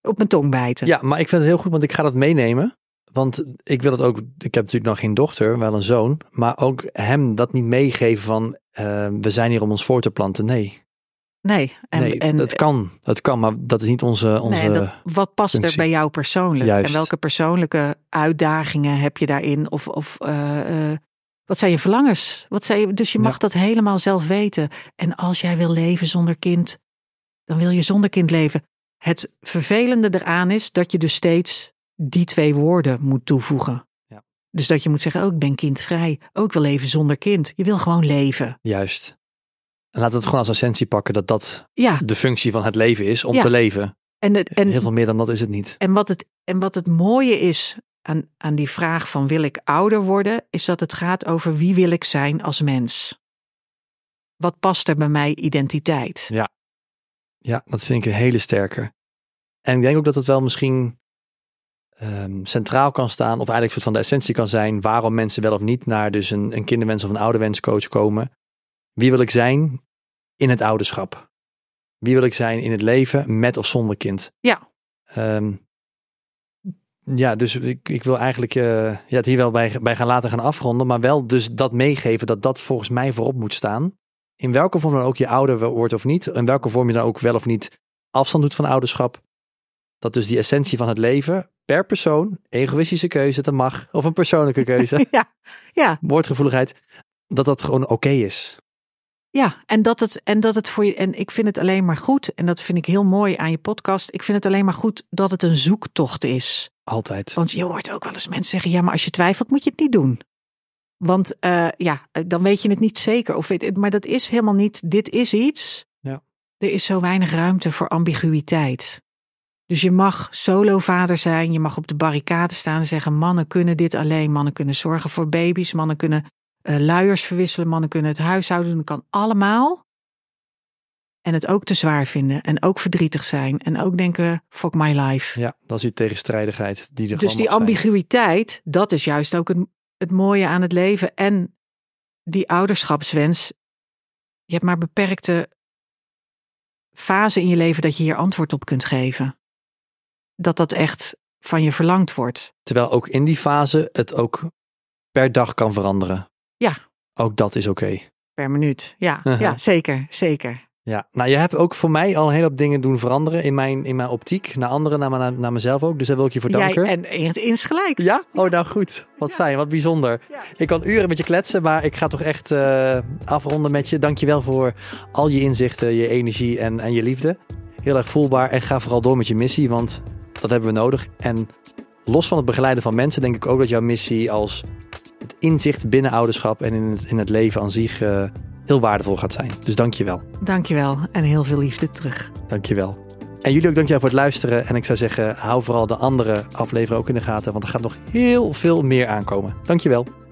op mijn tong bijten. Ja, maar ik vind het heel goed, want ik ga dat meenemen. Want ik wil het ook, ik heb natuurlijk nog geen dochter, wel een zoon. Maar ook hem dat niet meegeven van, we zijn hier om ons voor te planten. Nee. Nee, Het kan, maar dat is niet onze wat past functie. er bij jou persoonlijk? Juist. En welke persoonlijke uitdagingen heb je daarin? Of wat zijn je verlangens? Dus je mag dat helemaal zelf weten. En als jij wil leven zonder kind, dan wil je zonder kind leven. Het vervelende eraan is dat je dus steeds die 2 woorden moet toevoegen. Ja. Dus dat je moet zeggen, ik ben kindvrij. Ik wil leven zonder kind. Je wil gewoon leven. Juist. En laten we het gewoon als essentie pakken dat Ja. de functie van het leven is om te leven. En heel veel meer dan dat is het niet. En wat het mooie is aan die vraag van wil ik ouder worden, is dat het gaat over wie wil ik zijn als mens. Wat past er bij mij identiteit? Ja, dat vind ik een hele sterke. En ik denk ook dat het wel misschien centraal kan staan, of eigenlijk soort van de essentie kan zijn, waarom mensen wel of niet naar dus een kinderwens of een ouderwenscoach komen. Wie wil ik zijn in het ouderschap? Wie wil ik zijn in het leven met of zonder kind? Ja. Dus ik wil eigenlijk het hier wel bij gaan laten gaan afronden, maar wel dus dat meegeven dat volgens mij voorop moet staan. In welke vorm dan ook je ouder wordt of niet, in welke vorm je dan ook wel of niet afstand doet van ouderschap. Dat dus die essentie van het leven per persoon, egoïstische keuze, dat mag, of een persoonlijke keuze, ja. woordgevoeligheid, dat gewoon oké is. Ja, en dat het voor je, en ik vind het alleen maar goed, en dat vind ik heel mooi aan je podcast, ik vind het alleen maar goed dat het een zoektocht is. Altijd. Want je hoort ook wel eens mensen zeggen, ja, maar als je twijfelt moet je het niet doen. Want dan weet je het niet zeker. Maar dat is helemaal niet, dit is iets. Ja. Er is zo weinig ruimte voor ambiguïteit. Dus je mag solovader zijn, je mag op de barricade staan en zeggen, mannen kunnen dit alleen, mannen kunnen zorgen voor baby's, mannen kunnen luiers verwisselen, mannen kunnen het huishouden doen, dat kan allemaal. En het ook te zwaar vinden en ook verdrietig zijn en ook denken, fuck my life. Ja, dat is die tegenstrijdigheid die er dus gewoon die mag ambiguïteit, dat is juist ook het mooie aan het leven en die ouderschapswens. Je hebt maar beperkte fase in je leven dat je hier antwoord op kunt geven. Dat echt van je verlangd wordt. Terwijl ook in die fase het ook per dag kan veranderen. Ja. Ook dat is oké. Per minuut. Ja, ja, zeker. Ja, nou je hebt ook voor mij al een hele hoop dingen doen veranderen in mijn optiek. Naar anderen, naar mezelf ook. Dus daar wil ik je voor danken. Jij en insgelijks. Ja? Oh, nou goed. Wat fijn, wat bijzonder. Ja. Ik kan uren met je kletsen, maar ik ga toch echt afronden met je. Dank je wel voor al je inzichten, je energie en je liefde. Heel erg voelbaar en ga vooral door met je missie, want dat hebben we nodig. En los van het begeleiden van mensen denk ik ook dat jouw missie als het inzicht binnen ouderschap en in het leven aan zich heel waardevol gaat zijn. Dus dank je wel. Dank je wel en heel veel liefde terug. Dank je wel. En jullie ook dank je wel voor het luisteren. En ik zou zeggen, hou vooral de andere afleveringen ook in de gaten, want er gaat nog heel veel meer aankomen. Dank je wel.